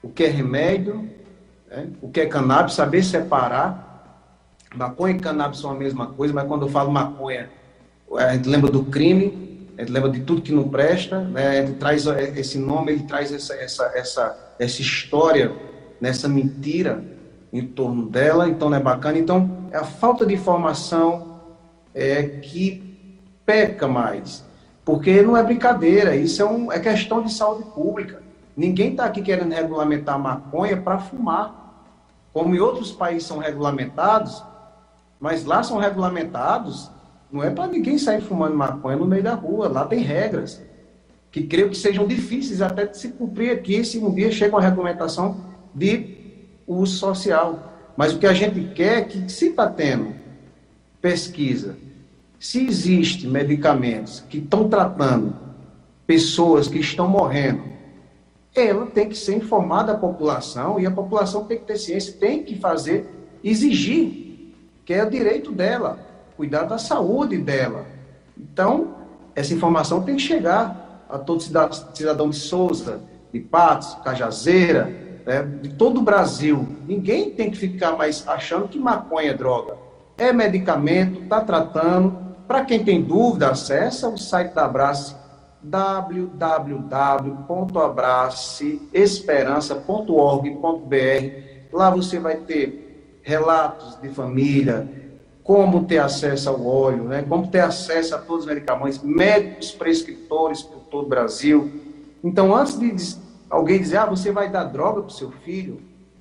o que é remédio, né? O que é cannabis, saber separar. Maconha e cannabis são a mesma coisa, mas quando eu falo maconha, a gente lembra do crime, a gente lembra de tudo que não presta, né? Ele traz esse nome, ele traz essa, essa, essa, essa história, nessa mentira em torno dela, então não é bacana. Então, é a falta de informação é, que peca mais, porque não é brincadeira, isso é, um, é questão de saúde pública. Ninguém está aqui querendo regulamentar a maconha para fumar, como em outros países são regulamentados, mas lá são regulamentados, não é para ninguém sair fumando maconha no meio da rua, lá tem regras, que creio que sejam difíceis até de se cumprir aqui, se um dia chega uma regulamentação de uso social. Mas o que a gente quer é que, se está tendo pesquisa, se existe medicamentos que estão tratando pessoas que estão morrendo, ela tem que ser informada à população, e a população tem que ter ciência, tem que fazer, exigir, que é o direito dela, cuidar da saúde dela. Então, essa informação tem que chegar a todo cidadão de Souza, de Patos, Cajazeira, né, de todo o Brasil. Ninguém tem que ficar mais achando que maconha é droga. É medicamento, está tratando. Para quem tem dúvida, acessa o site da Abrace, w w w ponto abrace esperança ponto org ponto b r. Lá você vai ter relatos de família, como ter acesso ao óleo, né? Como ter acesso a todos os medicamentos, médicos prescritores por todo o Brasil. Então, antes de alguém dizer, ah, você vai dar droga para o seu filho,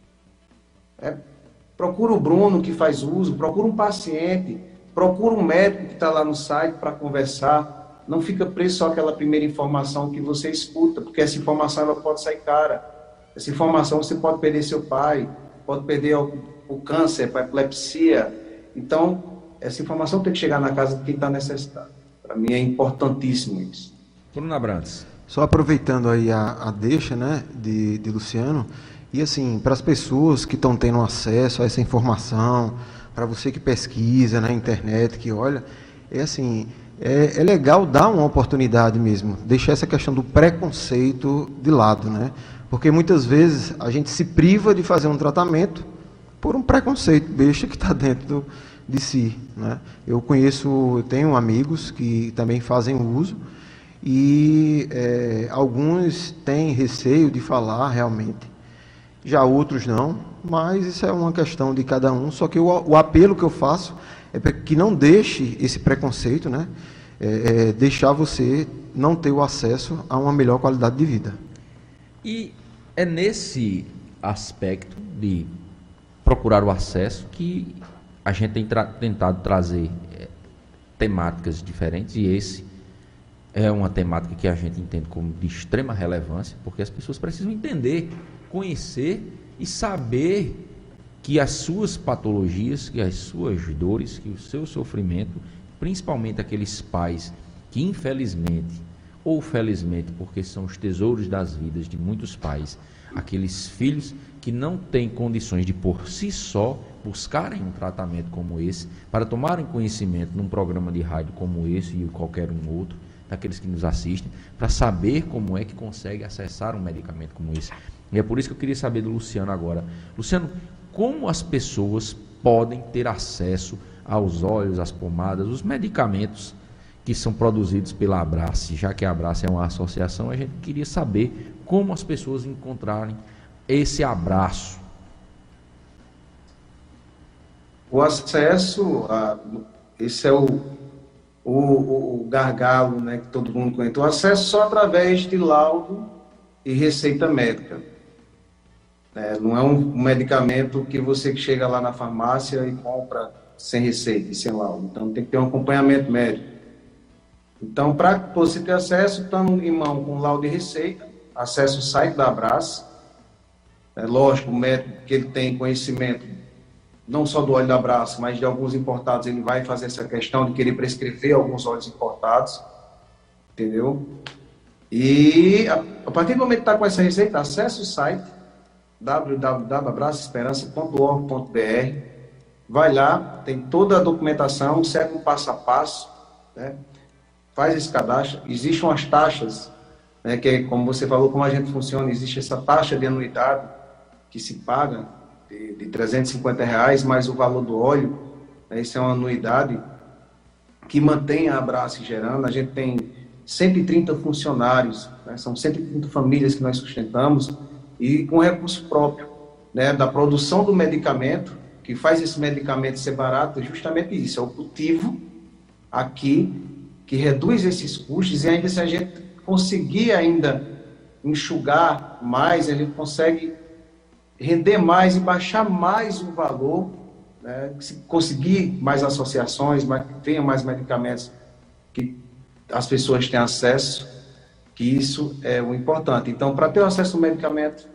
é, procura o Bruno que faz uso, procura um paciente, procura um médico que está lá no site para conversar. Não fica preso só àquela primeira informação que você escuta, porque essa informação ela pode sair cara. Essa informação você pode perder seu pai, pode perder o, o câncer, a epilepsia. Então, essa informação tem que chegar na casa de quem está necessitado. Para mim é importantíssimo isso. Bruno Abrantes. Só aproveitando aí a, a deixa, né, de, de Luciano, e assim, para as pessoas que estão tendo acesso a essa informação, para você que pesquisa na internet, que olha, é assim, é, é legal dar uma oportunidade mesmo, deixar essa questão do preconceito de lado, né? Porque muitas vezes a gente se priva de fazer um tratamento por um preconceito besta que está dentro do, de si, né? Eu conheço, eu tenho amigos que também fazem uso, e é, alguns têm receio de falar realmente, já outros não, mas isso é uma questão de cada um. Só que o, o apelo que eu faço é para que não deixe esse preconceito, né? É, é, deixar você não ter o acesso a uma melhor qualidade de vida. E é nesse aspecto de procurar o acesso que a gente tem tra- tentado trazer é, temáticas diferentes, e esse é uma temática que a gente entende como de extrema relevância, porque as pessoas precisam entender, conhecer e saber que as suas patologias, que as suas dores, que o seu sofrimento, principalmente aqueles pais que infelizmente ou felizmente, porque são os tesouros das vidas de muitos pais, aqueles filhos que não têm condições de por si só buscarem um tratamento como esse, para tomarem conhecimento num programa de rádio como esse e qualquer um outro, daqueles que nos assistem, para saber como é que consegue acessar um medicamento como esse. E é por isso que eu queria saber do Luciano agora. Luciano, como as pessoas podem ter acesso aos óleos, às pomadas, os medicamentos que são produzidos pela Abrace? Já que a Abrace é uma associação, a gente queria saber como as pessoas encontrarem esse abraço. O acesso, a, esse é o, o, o gargalo, né, que todo mundo conhece. O acesso só através de laudo e receita médica. É, não é um medicamento que você chega lá na farmácia e compra sem receita e sem laudo. Então tem que ter um acompanhamento médico. Então, para você ter acesso, estando em mão com laudo e receita, acesse o site da Abrace. É lógico, o médico que ele tem conhecimento não só do óleo da Abrace, mas de alguns importados, ele vai fazer essa questão de querer prescrever alguns óleos importados, entendeu? E a, a partir do momento que está com essa receita, acesse o site w w w ponto abrace esperança ponto org ponto b r, vai lá, tem toda a documentação, segue um passo a passo, né? Faz esse cadastro. Existem umas taxas, né, que é, como você falou, como a gente funciona, existe essa taxa de anuidade. que se paga, de, de trezentos e cinquenta reais, mais o valor do óleo, né, isso é uma anuidade que mantém a Abrace gerando. A gente tem cento e trinta funcionários, né, são cento e trinta famílias que nós sustentamos, e com recurso próprio, né, da produção do medicamento, que faz esse medicamento ser barato, é justamente isso, é o cultivo aqui, que reduz esses custos, e ainda se a gente conseguir ainda enxugar mais, a gente consegue render mais e baixar mais o valor, né, se conseguir mais associações, mais, que tenha mais medicamentos que as pessoas têm acesso, que isso é o importante. Então, para ter acesso ao medicamento,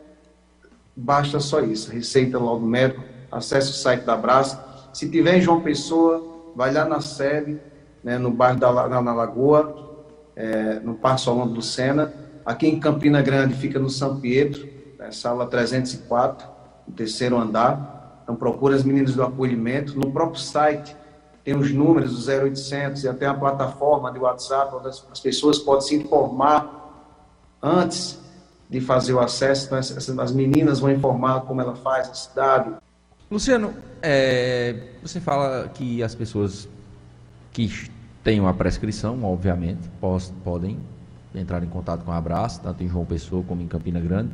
basta só isso, receita logo do médico, acesse o site da Abrace. Se tiver em João Pessoa, vai lá na sede, né, no bairro da na, na Lagoa, é, no Parque Solano do Sena. Aqui em Campina Grande fica no São Pietro, né, sala trezentos e quatro, no terceiro andar. Então procura as meninas do acolhimento. No próprio site tem os números do zero oitocentos e até a plataforma de WhatsApp, onde as, as pessoas podem se informar antes de fazer o acesso. Então as, as meninas vão informar como ela faz, a cidade. Luciano, é, você fala que as pessoas que tenham a prescrição, obviamente, pos, podem entrar em contato com a Abrace, tanto em João Pessoa como em Campina Grande.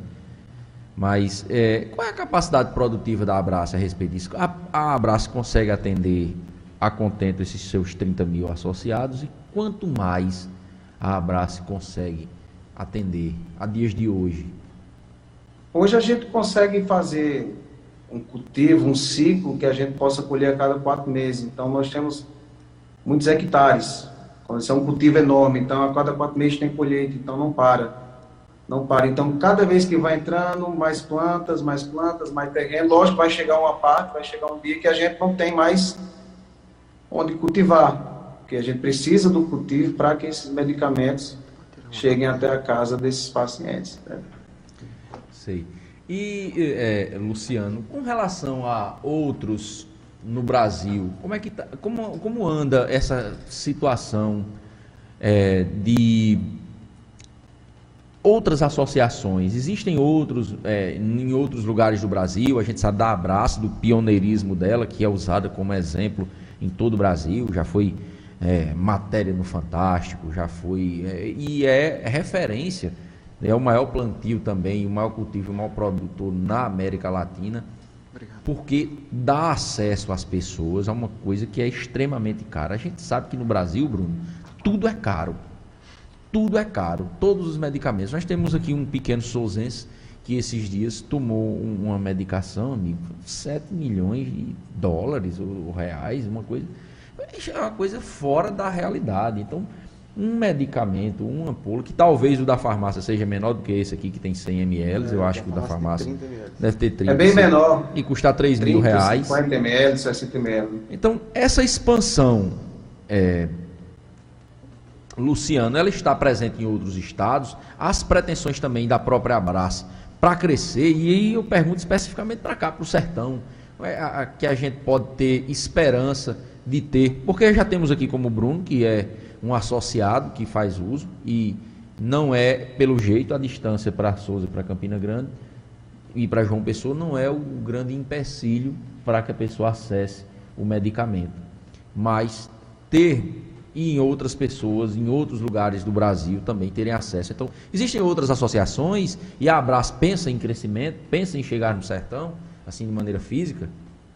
Mas é, qual é a capacidade produtiva da Abrace a respeito disso? A, a Abrace consegue atender a contento esses seus trinta mil associados, e quanto mais a Abrace consegue atender a dias de hoje? Hoje a gente consegue fazer um cultivo, um ciclo que a gente possa colher a cada quatro meses. Então nós temos muitos hectares. Isso é um cultivo enorme, então a cada quatro meses tem colheita, então não para. Não para. Então, cada vez que vai entrando, mais plantas, mais plantas, mais terreno, lógico, vai chegar uma parte, vai chegar um dia que a gente não tem mais onde cultivar, porque a gente precisa do cultivo para que esses medicamentos cheguem até a casa desses pacientes. Né? Sei. E, é, Luciano, com relação a outros no Brasil, como é que tá, como, como anda essa situação é, de outras associações? Existem outros é, em outros lugares do Brasil? A gente sabe da Abrace, do pioneirismo dela, que é usada como exemplo em todo o Brasil, já foi é, matéria no Fantástico, já foi é, e é referência, é o maior plantio também, o maior cultivo, o maior produtor na América Latina. Obrigado. Porque dá acesso às pessoas a uma coisa que é extremamente cara. A gente sabe que no Brasil, Bruno, tudo é caro. Tudo é caro. Todos os medicamentos. Nós temos aqui um pequeno sousense que esses dias tomou uma medicação, amigo, sete milhões de dólares ou reais, uma coisa. É uma coisa fora da realidade. Então, um medicamento, uma ampola, que talvez o da farmácia seja menor do que esse aqui, que tem cem mililitros, é, eu acho que o da farmácia deve ter trinta. É bem menor. E custar três mil reais. cinquenta mililitros, sessenta mililitros. Então, essa expansão, é, Luciano, ela está presente em outros estados, as pretensões também da própria Abrace para crescer, e aí eu pergunto especificamente para cá, para o sertão, é, a, a, que a gente pode ter esperança de ter, porque já temos aqui como o Bruno, que é um associado que faz uso, e não é, pelo jeito, a distância para Souza, para Campina Grande e para João Pessoa não é o grande empecilho para que a pessoa acesse o medicamento, mas ter e em outras pessoas, em outros lugares do Brasil também terem acesso. Então, existem outras associações e a Abrace pensa em crescimento, pensa em chegar no sertão, assim, de maneira física?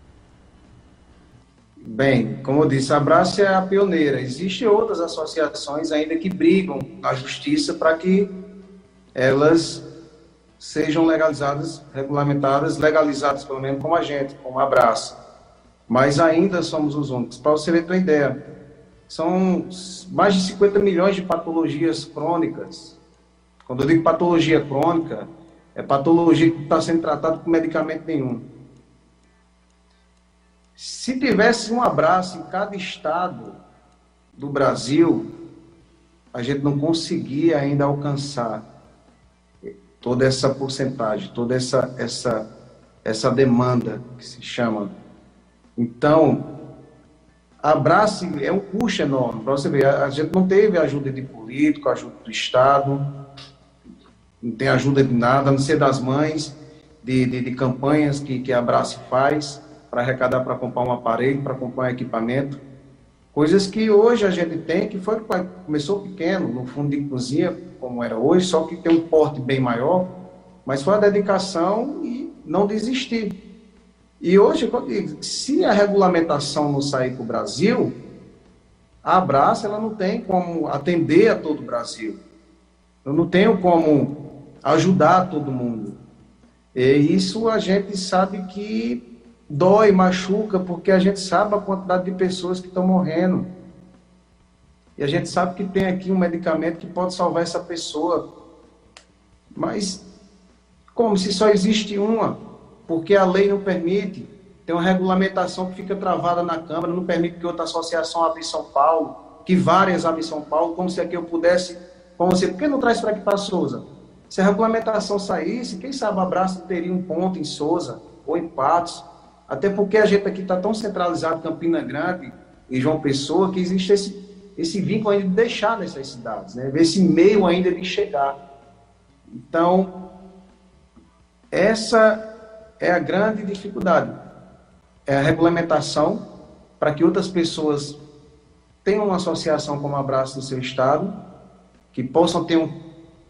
Bem, como eu disse, a Abrace é a pioneira. Existem outras associações ainda que brigam na justiça para que elas sejam legalizadas, regulamentadas, legalizadas pelo menos como a gente, como a Abrace. Mas ainda somos os únicos. Para você ter uma ideia, são mais de cinquenta milhões de patologias crônicas. Quando eu digo patologia crônica, é patologia que está sendo tratada com medicamento nenhum. Se tivesse um Abrace em cada estado do Brasil, a gente não conseguia ainda alcançar toda essa porcentagem, toda essa, essa, essa demanda que se chama. Então, a Abrace é um custo enorme. Para você ver, a gente não teve ajuda de político, ajuda do Estado, não tem ajuda de nada, a não ser das mães. de, de, de campanhas que, que a Abrace faz para arrecadar, para comprar um aparelho, para comprar um equipamento. Coisas que hoje a gente tem, que foi, começou pequeno, no fundo de cozinha, como era hoje, só que tem um porte bem maior, mas foi a dedicação e não desistir. E hoje, se a regulamentação não sair para o Brasil, a Abrace ela não tem como atender a todo o Brasil. Eu não tenho como ajudar todo mundo. E isso a gente sabe que dói, machuca, porque a gente sabe a quantidade de pessoas que estão morrendo. E a gente sabe que tem aqui um medicamento que pode salvar essa pessoa. Mas, como se só existe uma? Porque a lei não permite. Tem uma regulamentação que fica travada na Câmara, não permite que outra associação abra em São Paulo, que várias abrem em São Paulo, como se aqui eu pudesse, como você, por que não traz para aqui para Souza? Se a regulamentação saísse, quem sabe a Abrace teria um ponto em Souza, ou em Patos, até porque a gente aqui está tão centralizado em Campina Grande e João Pessoa, que existe esse, esse vínculo ainda de deixar nessas cidades, né? Esse meio ainda de chegar. Então, essa é a grande dificuldade. É a regulamentação para que outras pessoas tenham uma associação como a Abrace no seu estado, que possam ter um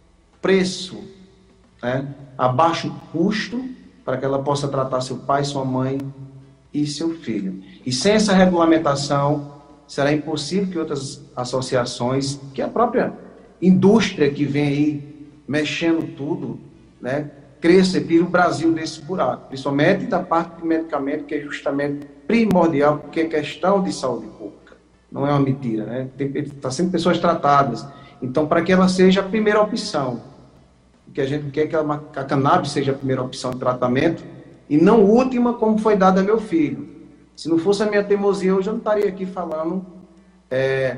preço, né, a baixo custo, para que ela possa tratar seu pai, sua mãe e seu filho. E sem essa regulamentação, será impossível que outras associações, que a própria indústria que vem aí mexendo tudo, né, cresça e tire o Brasil desse buraco, principalmente da parte de medicamento, que é justamente primordial, porque é questão de saúde pública, não é uma mentira, né? Está sendo pessoas tratadas. Então, para que ela seja a primeira opção, que a gente quer que a, a cannabis seja a primeira opção de tratamento, e não última, como foi dada a meu filho. Se não fosse a minha teimosia, hoje eu não estaria aqui falando é,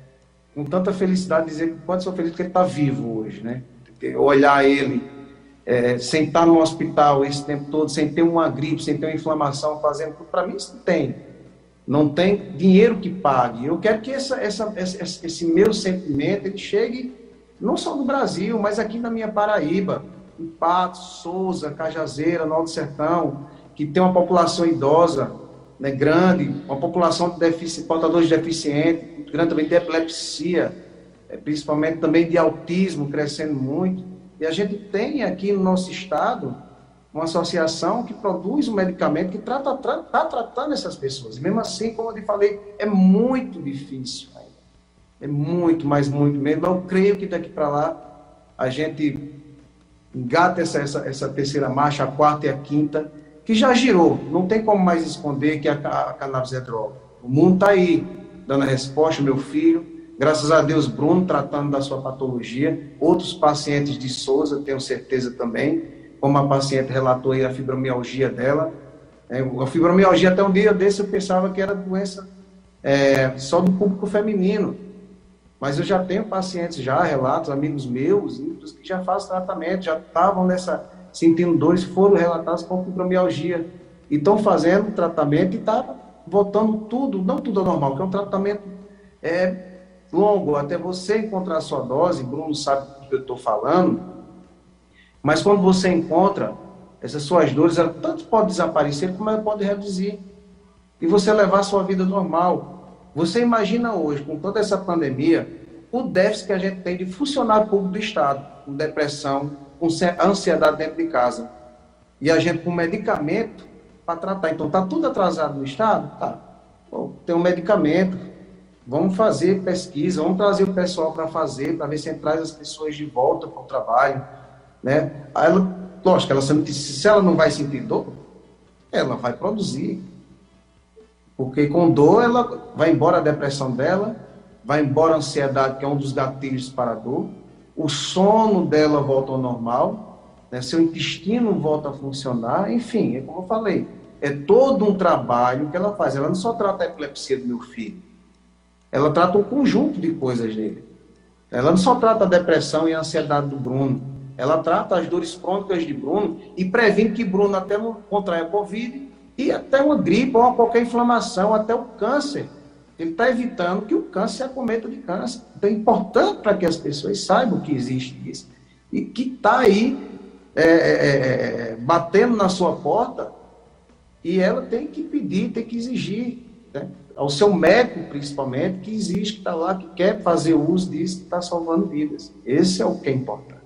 com tanta felicidade, dizer que quanto sou feliz que ele está vivo hoje, né? Olhar ele, É, sem estar no hospital esse tempo todo, sem ter uma gripe, sem ter uma inflamação, fazendo tudo, para mim isso não tem. Não tem dinheiro que pague. Eu quero que essa, essa, esse, esse meu sentimento ele chegue não só no Brasil, mas aqui na minha Paraíba, em Patos, Souza, Cajazeira, Norte do Sertão, que tem uma população idosa, né, grande, uma população de defici- portadores de deficiente, grande também de epilepsia, é, principalmente também de autismo, crescendo muito. E a gente tem aqui no nosso estado uma associação que produz um medicamento que está tra- tra- tratando essas pessoas. E mesmo assim, como eu te falei, é muito difícil ainda. É muito, mas muito mesmo. Eu creio que daqui para lá a gente engata essa, essa, essa terceira marcha, a quarta e a quinta, que já girou. Não tem como mais esconder que a, a cannabis é droga. O mundo está aí dando a resposta, meu filho. Graças a Deus, Bruno tratando da sua patologia, outros pacientes de Souza, tenho certeza também, como a paciente relatou aí a fibromialgia dela. É, a fibromialgia, até um dia desse, eu pensava que era doença é, só do público feminino, mas eu já tenho pacientes, já relatos, amigos meus, que já fazem tratamento, já estavam nessa, sentindo dores, foram relatados com fibromialgia, e estão fazendo tratamento e está voltando tudo, não tudo ao normal, que é um tratamento... É, longo, até você encontrar a sua dose, Bruno sabe do que eu estou falando, mas quando você encontra, essas suas dores, ela tanto pode desaparecer, como ela pode reduzir, e você levar a sua vida normal. Você imagina hoje, com toda essa pandemia, o déficit que a gente tem de funcionário público do Estado, com depressão, com ansiedade dentro de casa, e a gente com medicamento para tratar. Então, está tudo atrasado no Estado? Tá. Pô, tem um medicamento. Vamos fazer pesquisa, vamos trazer o pessoal para fazer, para ver se a gente traz as pessoas de volta para o trabalho, né? Aí ela, lógico, ela, se ela não vai sentir dor, ela vai produzir. Porque com dor, ela vai embora a depressão dela, vai embora a ansiedade, que é um dos gatilhos para a dor, o sono dela volta ao normal, né? Seu intestino volta a funcionar, enfim, é como eu falei, é todo um trabalho que ela faz. Ela não só trata a epilepsia do meu filho, ela trata um conjunto de coisas dele. Ela não só trata a depressão e a ansiedade do Bruno, ela trata as dores crônicas de Bruno e previne que Bruno até não contraia a Covid e até uma gripe ou qualquer inflamação, até o câncer. Ele está evitando que o câncer se acometa de câncer. Então é importante para que as pessoas saibam que existe isso e que está aí é, é, é, batendo na sua porta, e ela tem que pedir, tem que exigir, né? Ao seu médico, principalmente, que exige, que está lá, que quer fazer uso disso, que está salvando vidas. Esse é o que é importante.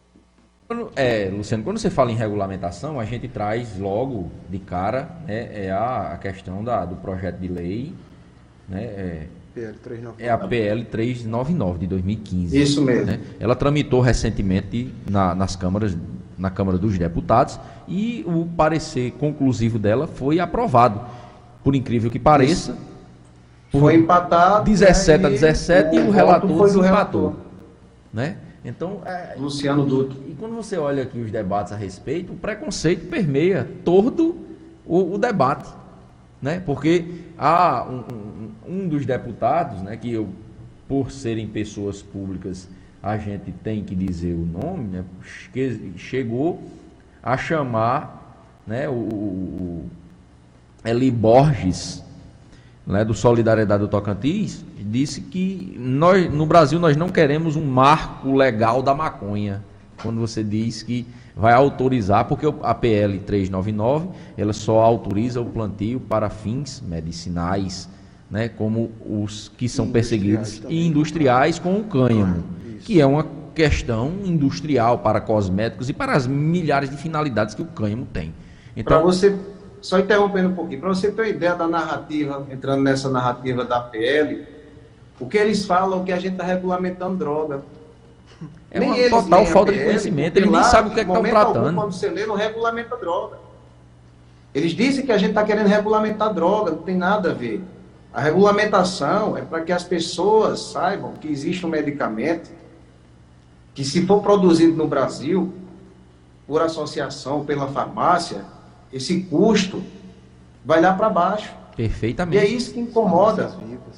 É, Luciano, quando você fala em regulamentação, a gente traz logo de cara, né, é a, a questão da, do projeto de lei, né, é, P L trezentos e noventa e nove. é a P L trezentos e noventa e nove de dois mil e quinze. Isso mesmo. Né? Ela tramitou recentemente na, nas câmaras, na Câmara dos Deputados, e o parecer conclusivo dela foi aprovado. Por incrível que pareça, foi empatado. dezessete a né, dezessete e o, o relator foi do desempatou. relator. Né? Então, é, Luciano Dutra. E quando você olha aqui os debates a respeito, o preconceito permeia todo o, o debate, né? Porque há um, um, um dos deputados, né, que eu, por serem pessoas públicas, a gente tem que dizer o nome, né, que chegou a chamar, né, o, o, o Eli Borges, né, do Solidariedade do Tocantins, disse que nós, no Brasil, nós não queremos um marco legal da maconha. Quando você diz que vai autorizar, porque a P L trezentos e noventa e nove, ela só autoriza o plantio para fins medicinais, né, como os que são perseguidos, e industriais com o cânhamo, ah, que é uma questão industrial para cosméticos e para as milhares de finalidades que o cânhamo tem. Então, para você, só interrompendo um pouquinho, para você ter uma ideia da narrativa, entrando nessa narrativa da P L, o que eles falam é que a gente está regulamentando droga. É uma nem total eles, falta P L, de conhecimento, eles nem sabem o que é que estão tratando. Algum, quando você lê, não regulamenta droga. Eles dizem que a gente está querendo regulamentar droga, não tem nada a ver. A regulamentação é para que as pessoas saibam que existe um medicamento que, se for produzido no Brasil, por associação, pela farmácia, esse custo vai lá para baixo. Perfeitamente. E é isso que incomoda.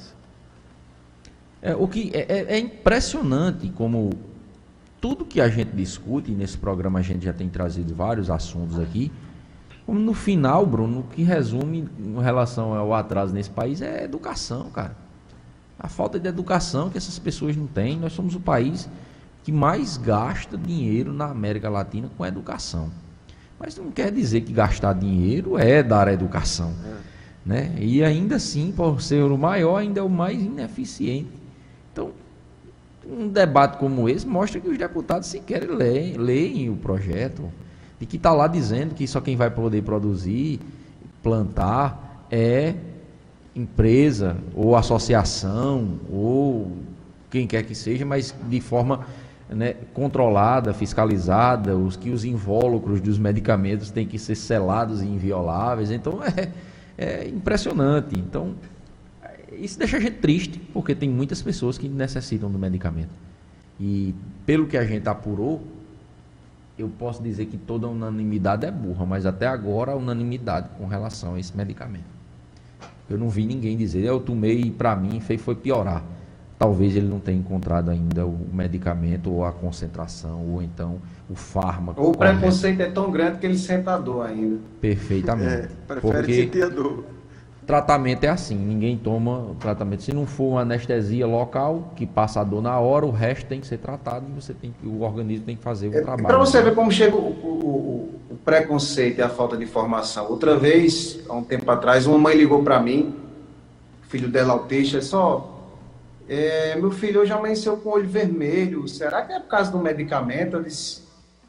É, o que é, é, é impressionante como tudo que a gente discute, e nesse programa a gente já tem trazido vários assuntos aqui, como no final, Bruno, o que resume em relação ao atraso nesse país é educação, cara. A falta de educação que essas pessoas não têm. Nós somos o país que mais gasta dinheiro na América Latina com educação. Mas não quer dizer que gastar dinheiro é dar educação. É. Né? E ainda assim, por ser o maior, ainda é o mais ineficiente. Então, um debate como esse mostra que os deputados sequer leem, leem o projeto, e que está lá dizendo que só quem vai poder produzir, plantar, é empresa, ou associação, ou quem quer que seja, mas de forma, né, controlada, fiscalizada, os que os invólucros dos medicamentos têm que ser selados e invioláveis. Então, é, é impressionante. Então, isso deixa a gente triste, porque tem muitas pessoas que necessitam do medicamento. E pelo que a gente apurou, eu posso dizer que toda unanimidade é burra, mas até agora a unanimidade com relação a esse medicamento. Eu não vi ninguém dizer, eu tomei e para mim fez foi piorar. Talvez ele não tenha encontrado ainda o medicamento ou a concentração, ou então o fármaco. Ou o preconceito é tão grande que ele senta a dor ainda. Perfeitamente. É, prefere porque sentir a dor. Tratamento é assim, ninguém toma tratamento. Se não for uma anestesia local, que passa a dor na hora, o resto tem que ser tratado e você tem que, o organismo tem que fazer o é, trabalho. Para você ver como chega o, o, o preconceito e a falta de informação. Outra vez, há um tempo atrás, uma mãe ligou para mim, o filho dela autista, é só, é, meu filho hoje amanheceu com o olho vermelho, será que é por causa do medicamento? Eu disse...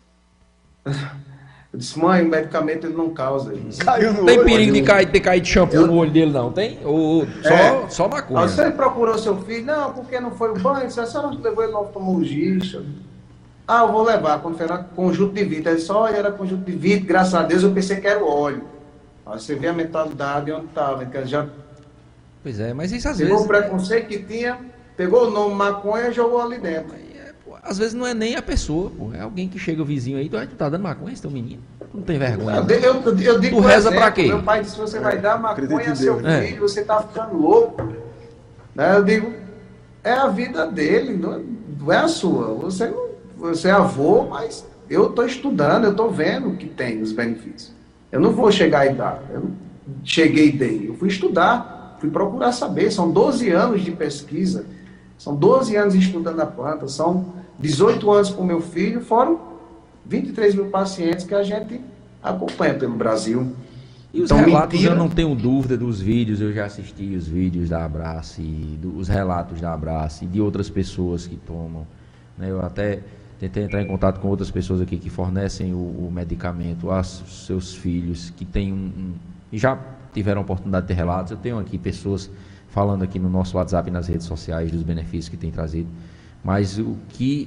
Eu disse, mãe, o medicamento ele não causa isso. Caiu no tem olho, perigo de cair, ter caído de shampoo eu... no olho dele, não? Tem? Ou só, é. só maconha? Você procurou seu filho? Não, porque não foi o banho? Você só não levou ele no oftalmologista? Ah, eu vou levar. Quando foi era conjunto de vidro. Ele só era conjunto de vidro, graças a Deus eu pensei que era o óleo. Aí você vê a mentalidade onde estava. Já... Pois é, mas isso às pegou vezes... Pegou o preconceito que tinha, pegou o nome maconha e jogou ali dentro. Às vezes não é nem a pessoa, pô. É alguém que chega o vizinho aí, tu, tu tá dando maconha, esse teu menino? Tu não tem vergonha. Eu, eu, eu, eu digo tu reza exemplo, pra quê? Meu pai disse, você vai dar maconha a seu filho, é. você tá ficando louco. Né? Eu digo, é a vida dele, não é a sua. Você, não, você é avô, mas eu tô estudando, eu tô vendo que tem os benefícios. Eu não vou chegar e dar. Eu não cheguei e dei. Eu fui estudar, fui procurar saber. São doze anos de pesquisa, são doze anos estudando a planta, são dezoito anos com meu filho, fora vinte e três mil pacientes que a gente acompanha pelo Brasil. E os Então, relatos, mentira. eu não tenho dúvida dos vídeos, eu já assisti os vídeos da Abrace, dos relatos da Abrace e de outras pessoas que tomam, né? Eu até tentei entrar em contato com outras pessoas aqui que fornecem o, o medicamento aos seus filhos, que têm um, um, e já tiveram a oportunidade de ter relatos. Eu tenho aqui pessoas falando aqui no nosso WhatsApp e nas redes sociais dos benefícios que tem trazido, mas o que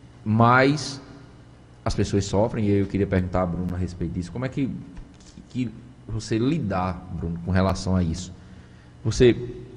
mais as pessoas sofrem, e eu queria perguntar a Bruno a respeito disso, como é que, que você lidar, Bruno, com relação a isso? Você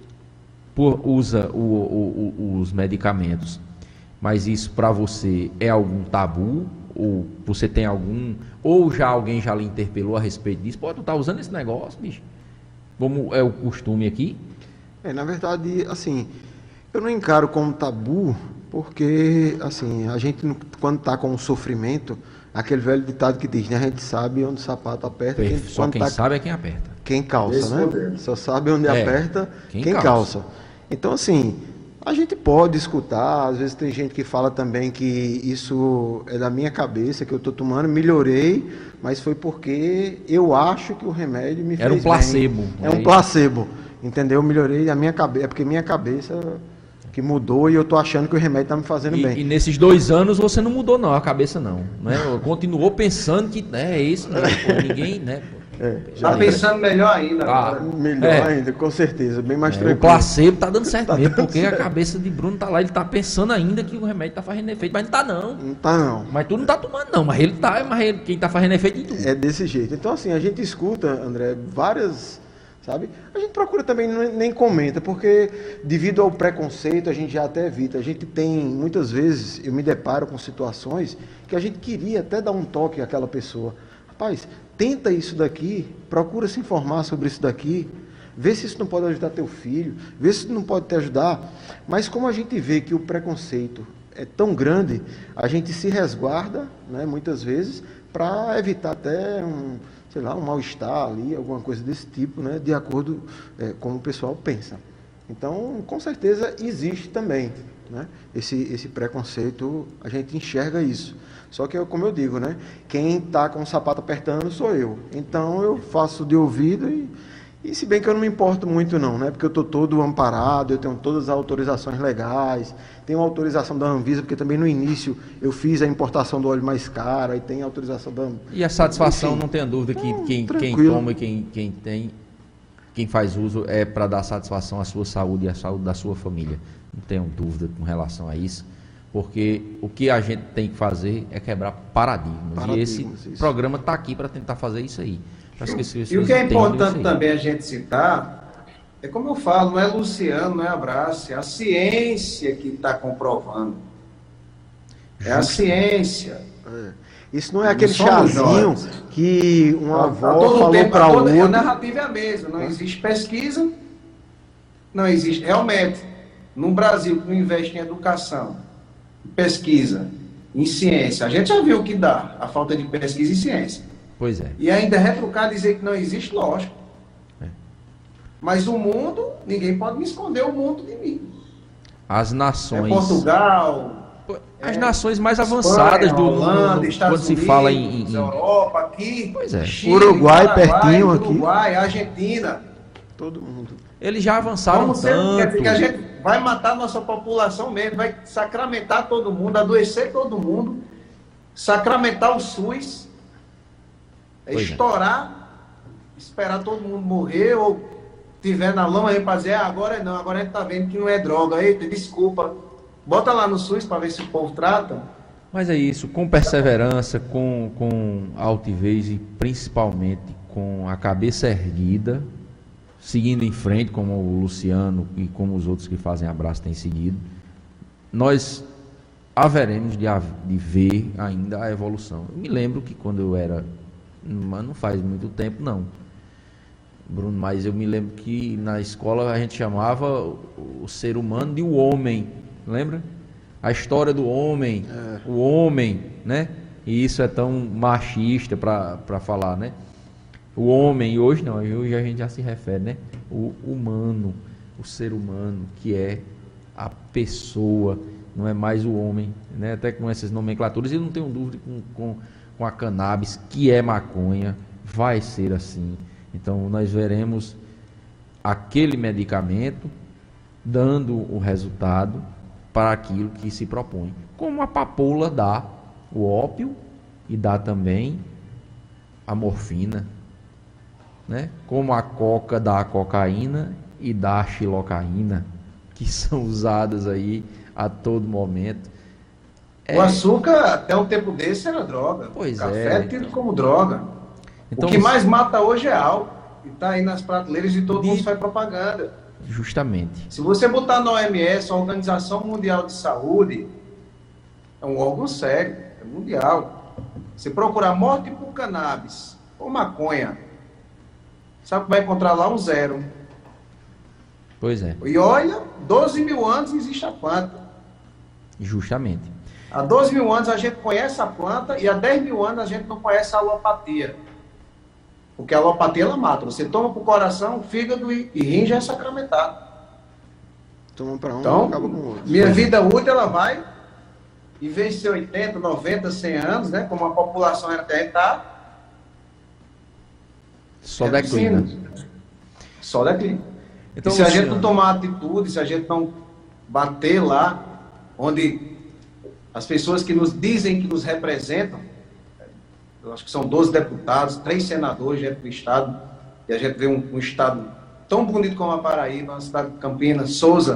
por, usa o, o, o, os medicamentos, mas isso para você é algum tabu? Ou você tem algum... Ou já alguém já lhe interpelou a respeito disso? Pô, tu tá usando esse negócio, bicho? Como é o costume aqui? É, na verdade, assim, eu não encaro como tabu, porque, assim, a gente, quando está com o sofrimento, aquele velho ditado que diz, né? A gente sabe onde o sapato aperta. Quem, Só quem tá, sabe é quem aperta. Quem calça, Esse né? poder. Só sabe onde É, aperta quem quem, calça. calça. Então, assim, a gente pode escutar, às vezes tem gente que fala também que isso é da minha cabeça, que eu estou tomando, melhorei, mas foi porque eu acho que o remédio me Era fez um placebo. bem. É um Aí- placebo, entendeu? Eu melhorei a minha cabeça, é porque minha cabeça que mudou e eu tô achando que o remédio tá me fazendo E, bem. e nesses dois anos você não mudou não, a cabeça não, né? Continuou pensando que né, é isso, né? Pô, ninguém, né? Pô, É, Tá pensando melhor ainda Ah, agora. melhor É. ainda, com certeza, bem mais é, o tranquilo. placebo tá dando certo mesmo, dando porque certo. a cabeça de Bruno tá lá, ele tá pensando ainda que o remédio tá fazendo efeito, mas não tá não. Não tá não. Mas tu não tá tomando não, mas ele tá, mas ele, quem tá fazendo efeito em tu. É desse jeito. Então, assim, a gente escuta, André, várias, sabe? A gente procura também, não- nem comenta, porque devido ao preconceito, a gente já até evita. A gente tem, muitas vezes, eu me deparo com situações que a gente queria até dar um toque àquela pessoa. Rapaz, tenta isso daqui, procura se informar sobre isso daqui, vê se isso não pode ajudar teu filho, vê se isso não pode te ajudar. Mas como a gente vê que o preconceito é tão grande, a gente se resguarda, né, muitas vezes, para evitar até um, sei lá, um mal-estar ali, alguma coisa desse tipo, né, de acordo é, com o pessoal pensa. Então, com certeza existe também, né, esse, esse preconceito, a gente enxerga isso. Só que, como eu digo, né, quem está com o sapato apertando sou eu. Então, eu faço de ouvido e, e se bem que eu não me importo muito não, né, porque eu estou todo amparado, eu tenho todas as autorizações legais, tenho a autorização da Anvisa, porque também no início eu fiz a importação do óleo mais caro, aí tem a autorização da... E a satisfação, Enfim. não tenha dúvida que Então, quem, quem tranquilo. toma e quem, quem tem, quem faz uso é para dar satisfação à sua saúde e à saúde da sua família. Não tenham dúvida com relação a isso, porque o que a gente tem que fazer é quebrar paradigmas. Paradigmas, e esse isso. programa está aqui para tentar fazer isso aí. Acho que as E o pessoas que é entendam isso importante aí. também a gente citar, é como eu falo, não é Luciano, não é Abraço, é a ciência que está comprovando. É a ciência. É. Isso não é Não aquele somos chazinho nós. que uma A avó todo falou tempo, para a toda- A outra. narrativa é a mesma. Não existe pesquisa, não existe. Realmente, no Brasil, que não investe em educação, em pesquisa, em ciência, a gente já viu o que dá a falta de pesquisa em ciência. Pois é. E ainda retrucar dizer que não existe, lógico. É. Mas o mundo, ninguém pode me esconder o mundo de mim. As É nações. Portugal, As é, nações mais Espanha, avançadas do mundo, Holanda, Estados quando se Unidos, fala em, em- Europa, aqui, Pois é. Chile, Uruguai, Paraguai, pertinho aqui. Uruguai, Argentina. Todo mundo. eles já avançaram Vamos ser, quer dizer tanto. que a gente vai matar nossa população mesmo, vai sacramentar todo mundo, adoecer todo mundo, sacramentar o SUS, é Pois é. estourar, esperar todo mundo morrer ou tiver na lama aí para dizer, ah, agora não, agora a gente tá vendo que não é droga, eita, desculpa, bota lá no SUS para ver se o povo trata. Mas é isso, com perseverança, com, com altivez e principalmente com a cabeça erguida, seguindo em frente, como o Luciano e como os outros que fazem abraço têm seguido, nós haveremos de, hav- de ver ainda a evolução. Eu me lembro que quando eu era, mas não faz muito tempo não, Bruno, mas eu me lembro que na escola a gente chamava o, o ser humano de o homem, lembra? A história do homem, o homem, né? E isso é tão machista para falar, né? O homem, e hoje não, hoje a gente já se refere, né? O humano, o ser humano, que é a pessoa não é mais o homem, né? Até com essas nomenclaturas, e não tenho dúvida com, com, com a cannabis, que é maconha, vai ser assim. Então nós veremos aquele medicamento dando o resultado para aquilo que se propõe. Como a papoula dá o ópio e dá também a morfina, né? Como a coca dá a cocaína e dá a xilocaína, que são usadas aí a todo momento. É... O açúcar, até um tempo desse, era droga. Pois o café é, é tido então... como droga. Então, o que você... mais mata hoje é álcool. E está aí nas prateleiras e todo de... mundo faz propaganda. Justamente. Se você botar na O M S, a Organização Mundial de Saúde, é um órgão sério, é mundial. Você procurar morte por cannabis ou maconha, sabe que vai encontrar lá um zero. Pois é. E olha, doze mil anos existe a planta. Justamente. Há doze mil anos a gente conhece a planta e há dez mil anos a gente não conhece a alopatia. Porque a alopatia ela mata. Você toma para o coração, fígado e, e rim já é sacramentado. Toma para um, então, acaba com o outro. Minha vida útil ela vai, em vez de ser oitenta, noventa, cem anos, né? Como a população até está. Só declina. Só declina. Então, e se Luciano, a gente não tomar atitude, se a gente não bater lá, onde as pessoas que nos dizem que nos representam, eu acho que são doze deputados, três senadores dentro do estado, e a gente vê um, um estado tão bonito como a Paraíba, uma cidade de Campinas, Souza,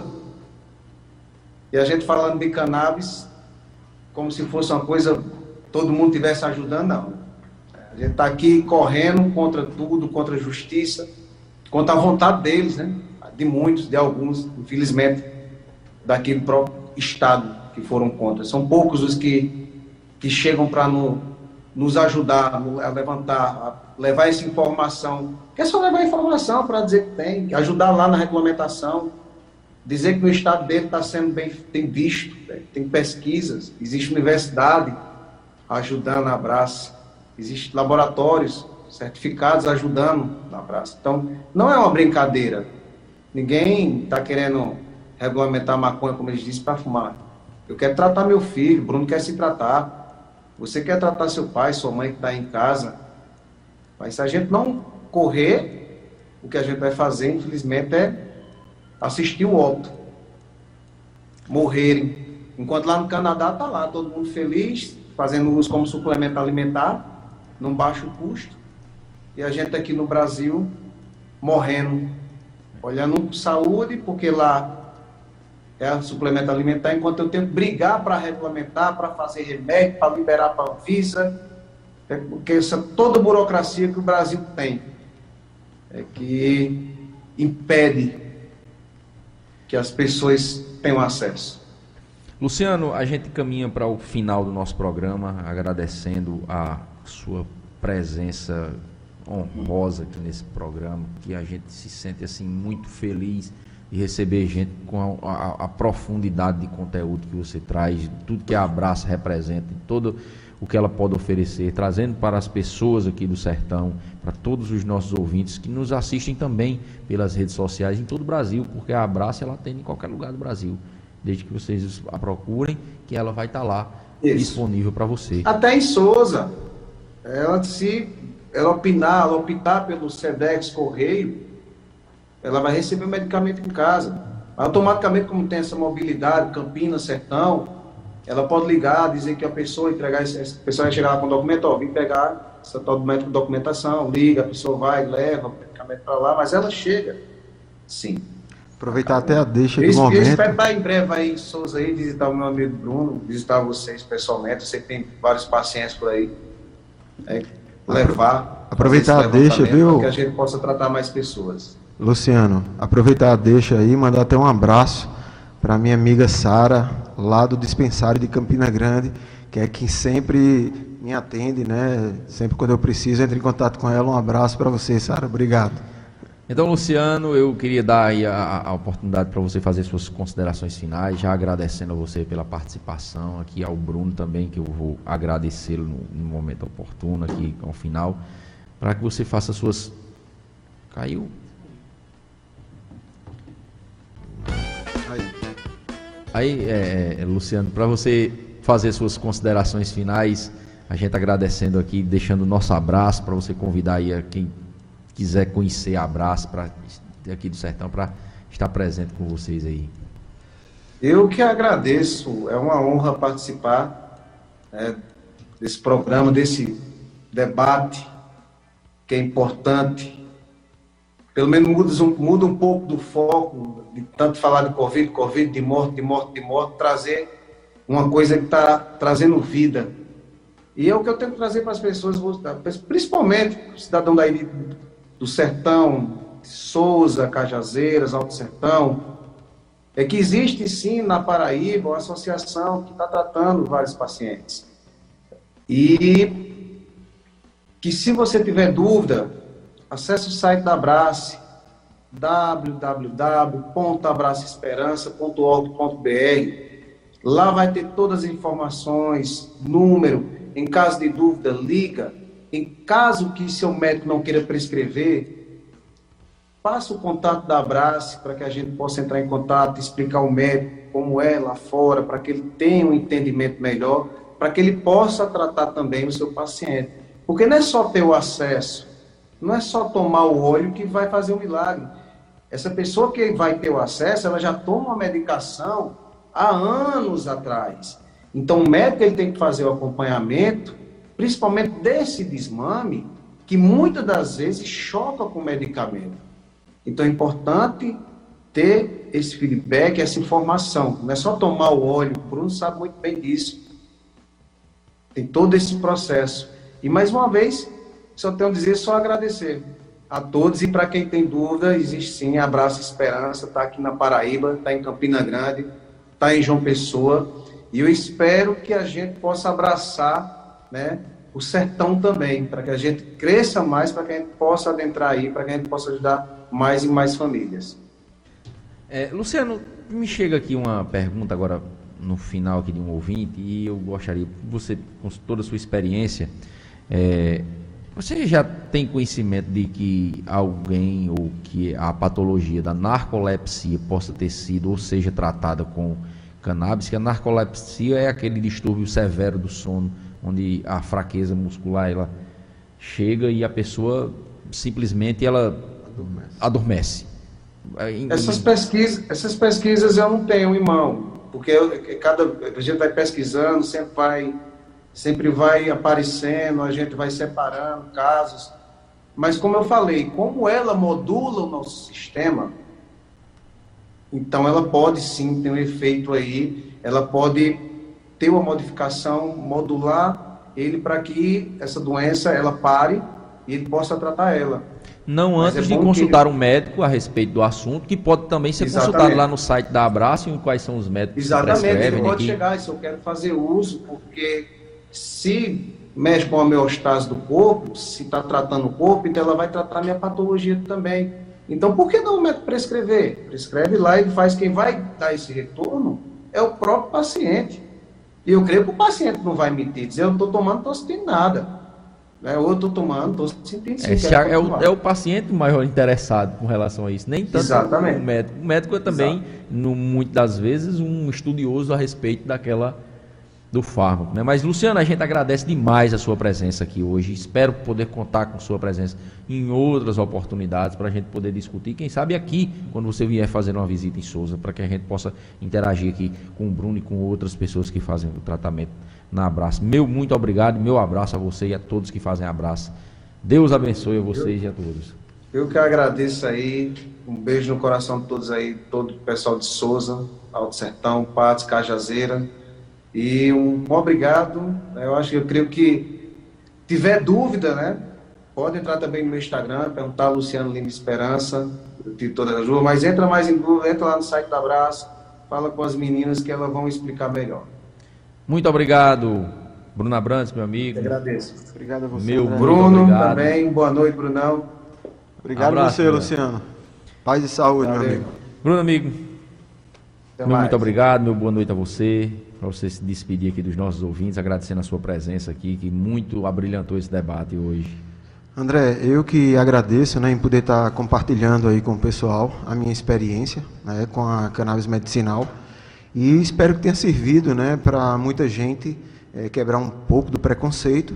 e a gente falando de cannabis como se fosse uma coisa, todo mundo estivesse ajudando, não. A gente está aqui correndo contra tudo, contra a justiça, contra a vontade deles, né? De muitos, de alguns, infelizmente, daqui do próprio estado que foram contra. São poucos os que, que chegam para no, nos ajudar a levantar, a levar essa informação. Que é só levar informação para dizer que tem, ajudar lá na regulamentação, dizer que no estado dele está sendo bem, tem visto, tem pesquisas, existe universidade ajudando a Abraça, existem laboratórios certificados ajudando na Abraça. Então, não é uma brincadeira. Ninguém está querendo regulamentar a maconha, como eles dizem, para fumar. Eu quero tratar meu filho, Bruno quer se tratar. Você quer tratar seu pai, sua mãe que está em casa. Mas se a gente não correr, o que a gente vai fazer, infelizmente, é assistir o óbito. Morrerem. Enquanto lá no Canadá está lá, todo mundo feliz, fazendo uso como suplemento alimentar, num baixo custo. E a gente aqui no Brasil, morrendo. Olhando saúde, porque lá é suplemento alimentar, enquanto eu tenho que brigar para regulamentar, para fazer remédio, para liberar para a Anvisa, é porque essa toda a burocracia que o Brasil tem é que impede que as pessoas tenham acesso. Luciano, a gente caminha para o final do nosso programa, agradecendo a sua presença honrosa aqui nesse programa, que a gente se sente assim muito feliz de receber gente com a, a, a profundidade de conteúdo que você traz, tudo que a Abraça representa, todo o que ela pode oferecer, trazendo para as pessoas aqui do Sertão, para todos os nossos ouvintes que nos assistem também pelas redes sociais em todo o Brasil, porque a Abraça ela tem em qualquer lugar do Brasil, desde que vocês a procurem, que ela vai estar lá Isso. disponível para você. Até em Souza, ela se ela opinar, ela optar pelo SEDEX Correio, ela vai receber o medicamento em casa. Automaticamente, como tem essa mobilidade, Campinas, Sertão, ela pode ligar, dizer que a pessoa entregar, essa pessoa vai chegar lá com o documento, ó, vim pegar essa tal documentação, liga, a pessoa vai, leva o medicamento para lá, mas ela chega, sim. Aproveitar até a deixa eu, do momento. Eu espero estar em breve aí em Souza, aí, visitar o meu amigo Bruno, visitar vocês pessoalmente, eu sei que tem vários pacientes por aí, é, levar, aproveitar a deixa, viu? Para que a gente possa tratar mais pessoas. Luciano, aproveitar a deixa aí, mandar até um abraço para minha amiga Sara, lá do dispensário de Campina Grande, que é quem sempre me atende, né? Sempre quando eu preciso, entre em contato com ela. Um abraço para você, Sara. Obrigado. Então, Luciano, eu queria dar aí a, a oportunidade para você fazer suas considerações finais, já agradecendo a você pela participação, aqui ao Bruno também, que eu vou agradecê-lo no, no momento oportuno, aqui ao final, para que você faça suas... Caiu? Aí. Aí, é, é, Luciano, para você fazer suas considerações finais, a gente agradecendo aqui, deixando o nosso abraço para você convidar aí a quem quiser conhecer a Abrace para aqui do Sertão para estar presente com vocês aí. Eu que agradeço, é uma honra participar né, desse programa, desse debate que é importante. Pelo menos muda um, muda um pouco do foco de tanto falar de Covid, Covid, de morte, de morte, de morte, trazer uma coisa que está trazendo vida. E é o que eu tento trazer para as pessoas, principalmente o cidadão daí do Sertão, de Souza, Cajazeiras, Alto Sertão, é que existe sim na Paraíba uma associação que está tratando vários pacientes. E que se você tiver dúvida, acesse o site da Abrace, w w w ponto abrace esperança ponto org ponto b r. Lá vai ter todas as informações, número, em caso de dúvida, liga. Em caso que seu médico não queira prescrever, passa o contato da Abrace para que a gente possa entrar em contato, explicar ao médico como é lá fora, para que ele tenha um entendimento melhor, para que ele possa tratar também o seu paciente. Porque não é só ter o acesso, não é só tomar o óleo que vai fazer um milagre. Essa pessoa que vai ter o acesso, ela já toma uma medicação há anos atrás. Então o médico ele tem que fazer o acompanhamento, principalmente desse desmame, que muitas das vezes choca com o medicamento. Então é importante ter esse feedback, essa informação. Não é só tomar o óleo, o Bruno sabe muito bem disso. Tem todo esse processo. E mais uma vez, só tenho a dizer, só agradecer a todos. E para quem tem dúvida, existe sim Abrace Esperança, está aqui na Paraíba, está em Campina Grande, está em João Pessoa. E eu espero que a gente possa abraçar, né, o sertão também, para que a gente cresça mais, para que a gente possa adentrar aí, para que a gente possa ajudar mais e mais famílias. É, Luciano, me chega aqui uma pergunta agora no final aqui de um ouvinte, e eu gostaria, você, com toda a sua experiência, é, você já tem conhecimento de que alguém ou que a patologia da narcolepsia possa ter sido ou seja tratada com cannabis? Que a narcolepsia é aquele distúrbio severo do sono, onde a fraqueza muscular ela chega e a pessoa simplesmente ela adormece. adormece. Essas pesquisas, essas pesquisas eu não tenho em mão, porque eu, cada, a gente vai pesquisando, sempre vai, sempre vai aparecendo, a gente vai separando casos. Mas como eu falei, como ela modula o nosso sistema, então ela pode sim ter um efeito aí, ela pode ter uma modificação, modular ele para que essa doença ela pare e ele possa tratar ela. Não antes é de consultar ele... um médico a respeito do assunto, que pode também ser Exatamente. consultado lá no site da Abrace, em quais são os médicos Exatamente, que prescrevem. Ele pode aqui. chegar, se eu quero fazer uso, porque se mexe com a homeostase do corpo, se está tratando o corpo, então ela vai tratar a minha patologia também. Então, por que não o médico prescrever? Prescreve lá, ele faz, quem vai dar esse retorno é o próprio paciente. E eu creio que o paciente não vai mentir, dizer, eu estou tomando, não estou sentindo nada. É, ou eu estou tomando, estou sentindo sim. Esse é, é, o, é o paciente maior interessado com relação a isso, nem tanto Exatamente. o médico. O médico é também, no, muitas das vezes, um estudioso a respeito daquela, do fármaco. Né? Mas, Luciano, a gente agradece demais a sua presença aqui hoje. Espero poder contar com sua presença em outras oportunidades para a gente poder discutir. Quem sabe aqui, quando você vier fazer uma visita em Souza, para que a gente possa interagir aqui com o Bruno e com outras pessoas que fazem o tratamento na Abrace. Meu muito obrigado, meu abraço a você e a todos que fazem Abrace. Deus abençoe a vocês eu, e a todos. Eu que agradeço aí, um beijo no coração de todos aí, todo o pessoal de Souza, Alto Sertão, Patos, Cajazeira, e um obrigado. Eu acho que eu creio que tiver dúvida, né, pode entrar também no meu Instagram, perguntar Luciano Lima Esperança, de toda a rua, mas entra mais em dúvida, entra lá no site da Abrace, fala com as meninas que elas vão explicar melhor. Muito obrigado, Bruno Abrantes, meu amigo. Eu agradeço. Obrigado a você. Meu Bruno obrigado. também. Boa noite, Brunão. Obrigado a você, Luciano. Paz e saúde, Valeu. meu amigo. Bruno, amigo. Até Meu mais. muito obrigado, meu boa noite a você. Para você se despedir aqui dos nossos ouvintes, agradecendo a sua presença aqui, que muito abrilhantou esse debate hoje. André, eu que agradeço, né, em poder estar compartilhando aí com o pessoal a minha experiência, né, com a cannabis medicinal. E espero que tenha servido, né, para muita gente é, quebrar um pouco do preconceito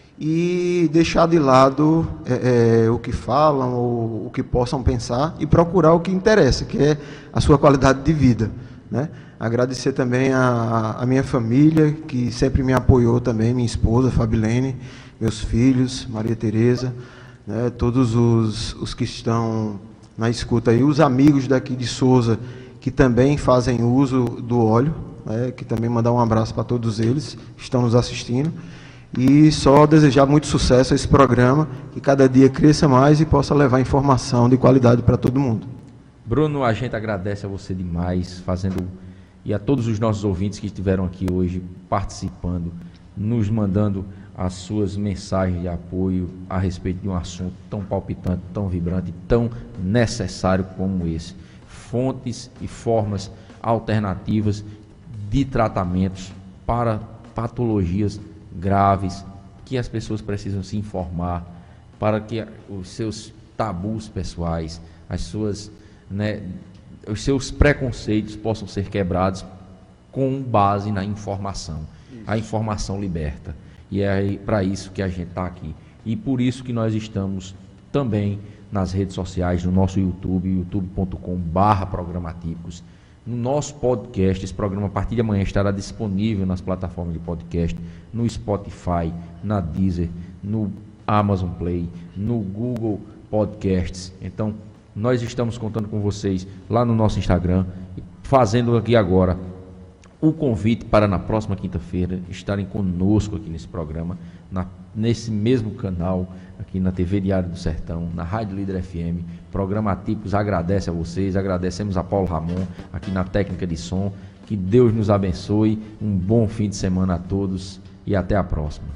e deixar de lado é, é, o que falam ou o que possam pensar e procurar o que interessa, que é a sua qualidade de vida, né? Agradecer também a, a minha família, que sempre me apoiou também, minha esposa, Fabilene, meus filhos, Maria Tereza, né, todos os, os que estão na escuta aí, os amigos daqui de Souza, que também fazem uso do óleo, né, que também mandar um abraço para todos eles que estão nos assistindo. E só desejar muito sucesso a esse programa, que cada dia cresça mais e possa levar informação de qualidade para todo mundo. Bruno, a gente agradece a você demais, fazendo, e a todos os nossos ouvintes que estiveram aqui hoje participando, nos mandando as suas mensagens de apoio a respeito de um assunto tão palpitante, tão vibrante, tão necessário como esse. Fontes e formas alternativas de tratamentos para patologias graves, que as pessoas precisam se informar, para que os seus tabus pessoais, as suas, né, os seus preconceitos possam ser quebrados com base na informação. Isso. A informação liberta. E é para isso que a gente está aqui. E por isso que nós estamos também nas redes sociais, no nosso YouTube, youtube ponto com barra programatípicos. No nosso podcast, esse programa a partir de amanhã estará disponível nas plataformas de podcast, no Spotify, na Deezer, no Amazon Play, no Google Podcasts. Então, nós estamos contando com vocês lá no nosso Instagram, fazendo aqui agora o convite para na próxima quinta-feira estarem conosco aqui nesse programa, na, nesse mesmo canal, aqui na T V Diário do Sertão, na Rádio Líder F M. Programa Típicos agradece a vocês, agradecemos a Paulo Ramon aqui na técnica de som. Que Deus nos abençoe, um bom fim de semana a todos e até a próxima.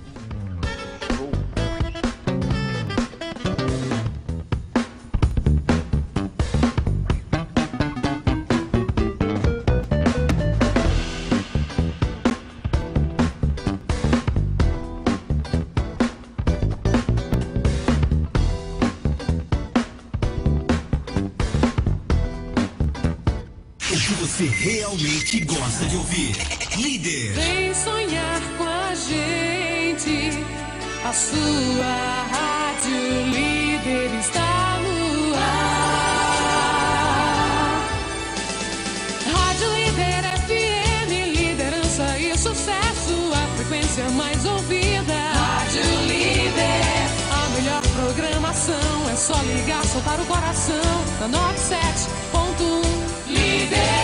Você realmente gosta de ouvir. Líder. Vem sonhar com a gente. A sua Rádio Líder está no ar. Rádio Líder F M, liderança e sucesso. A frequência mais ouvida. Rádio Líder. A melhor programação. É só ligar, soltar o coração. Na noventa e sete ponto um. Líder.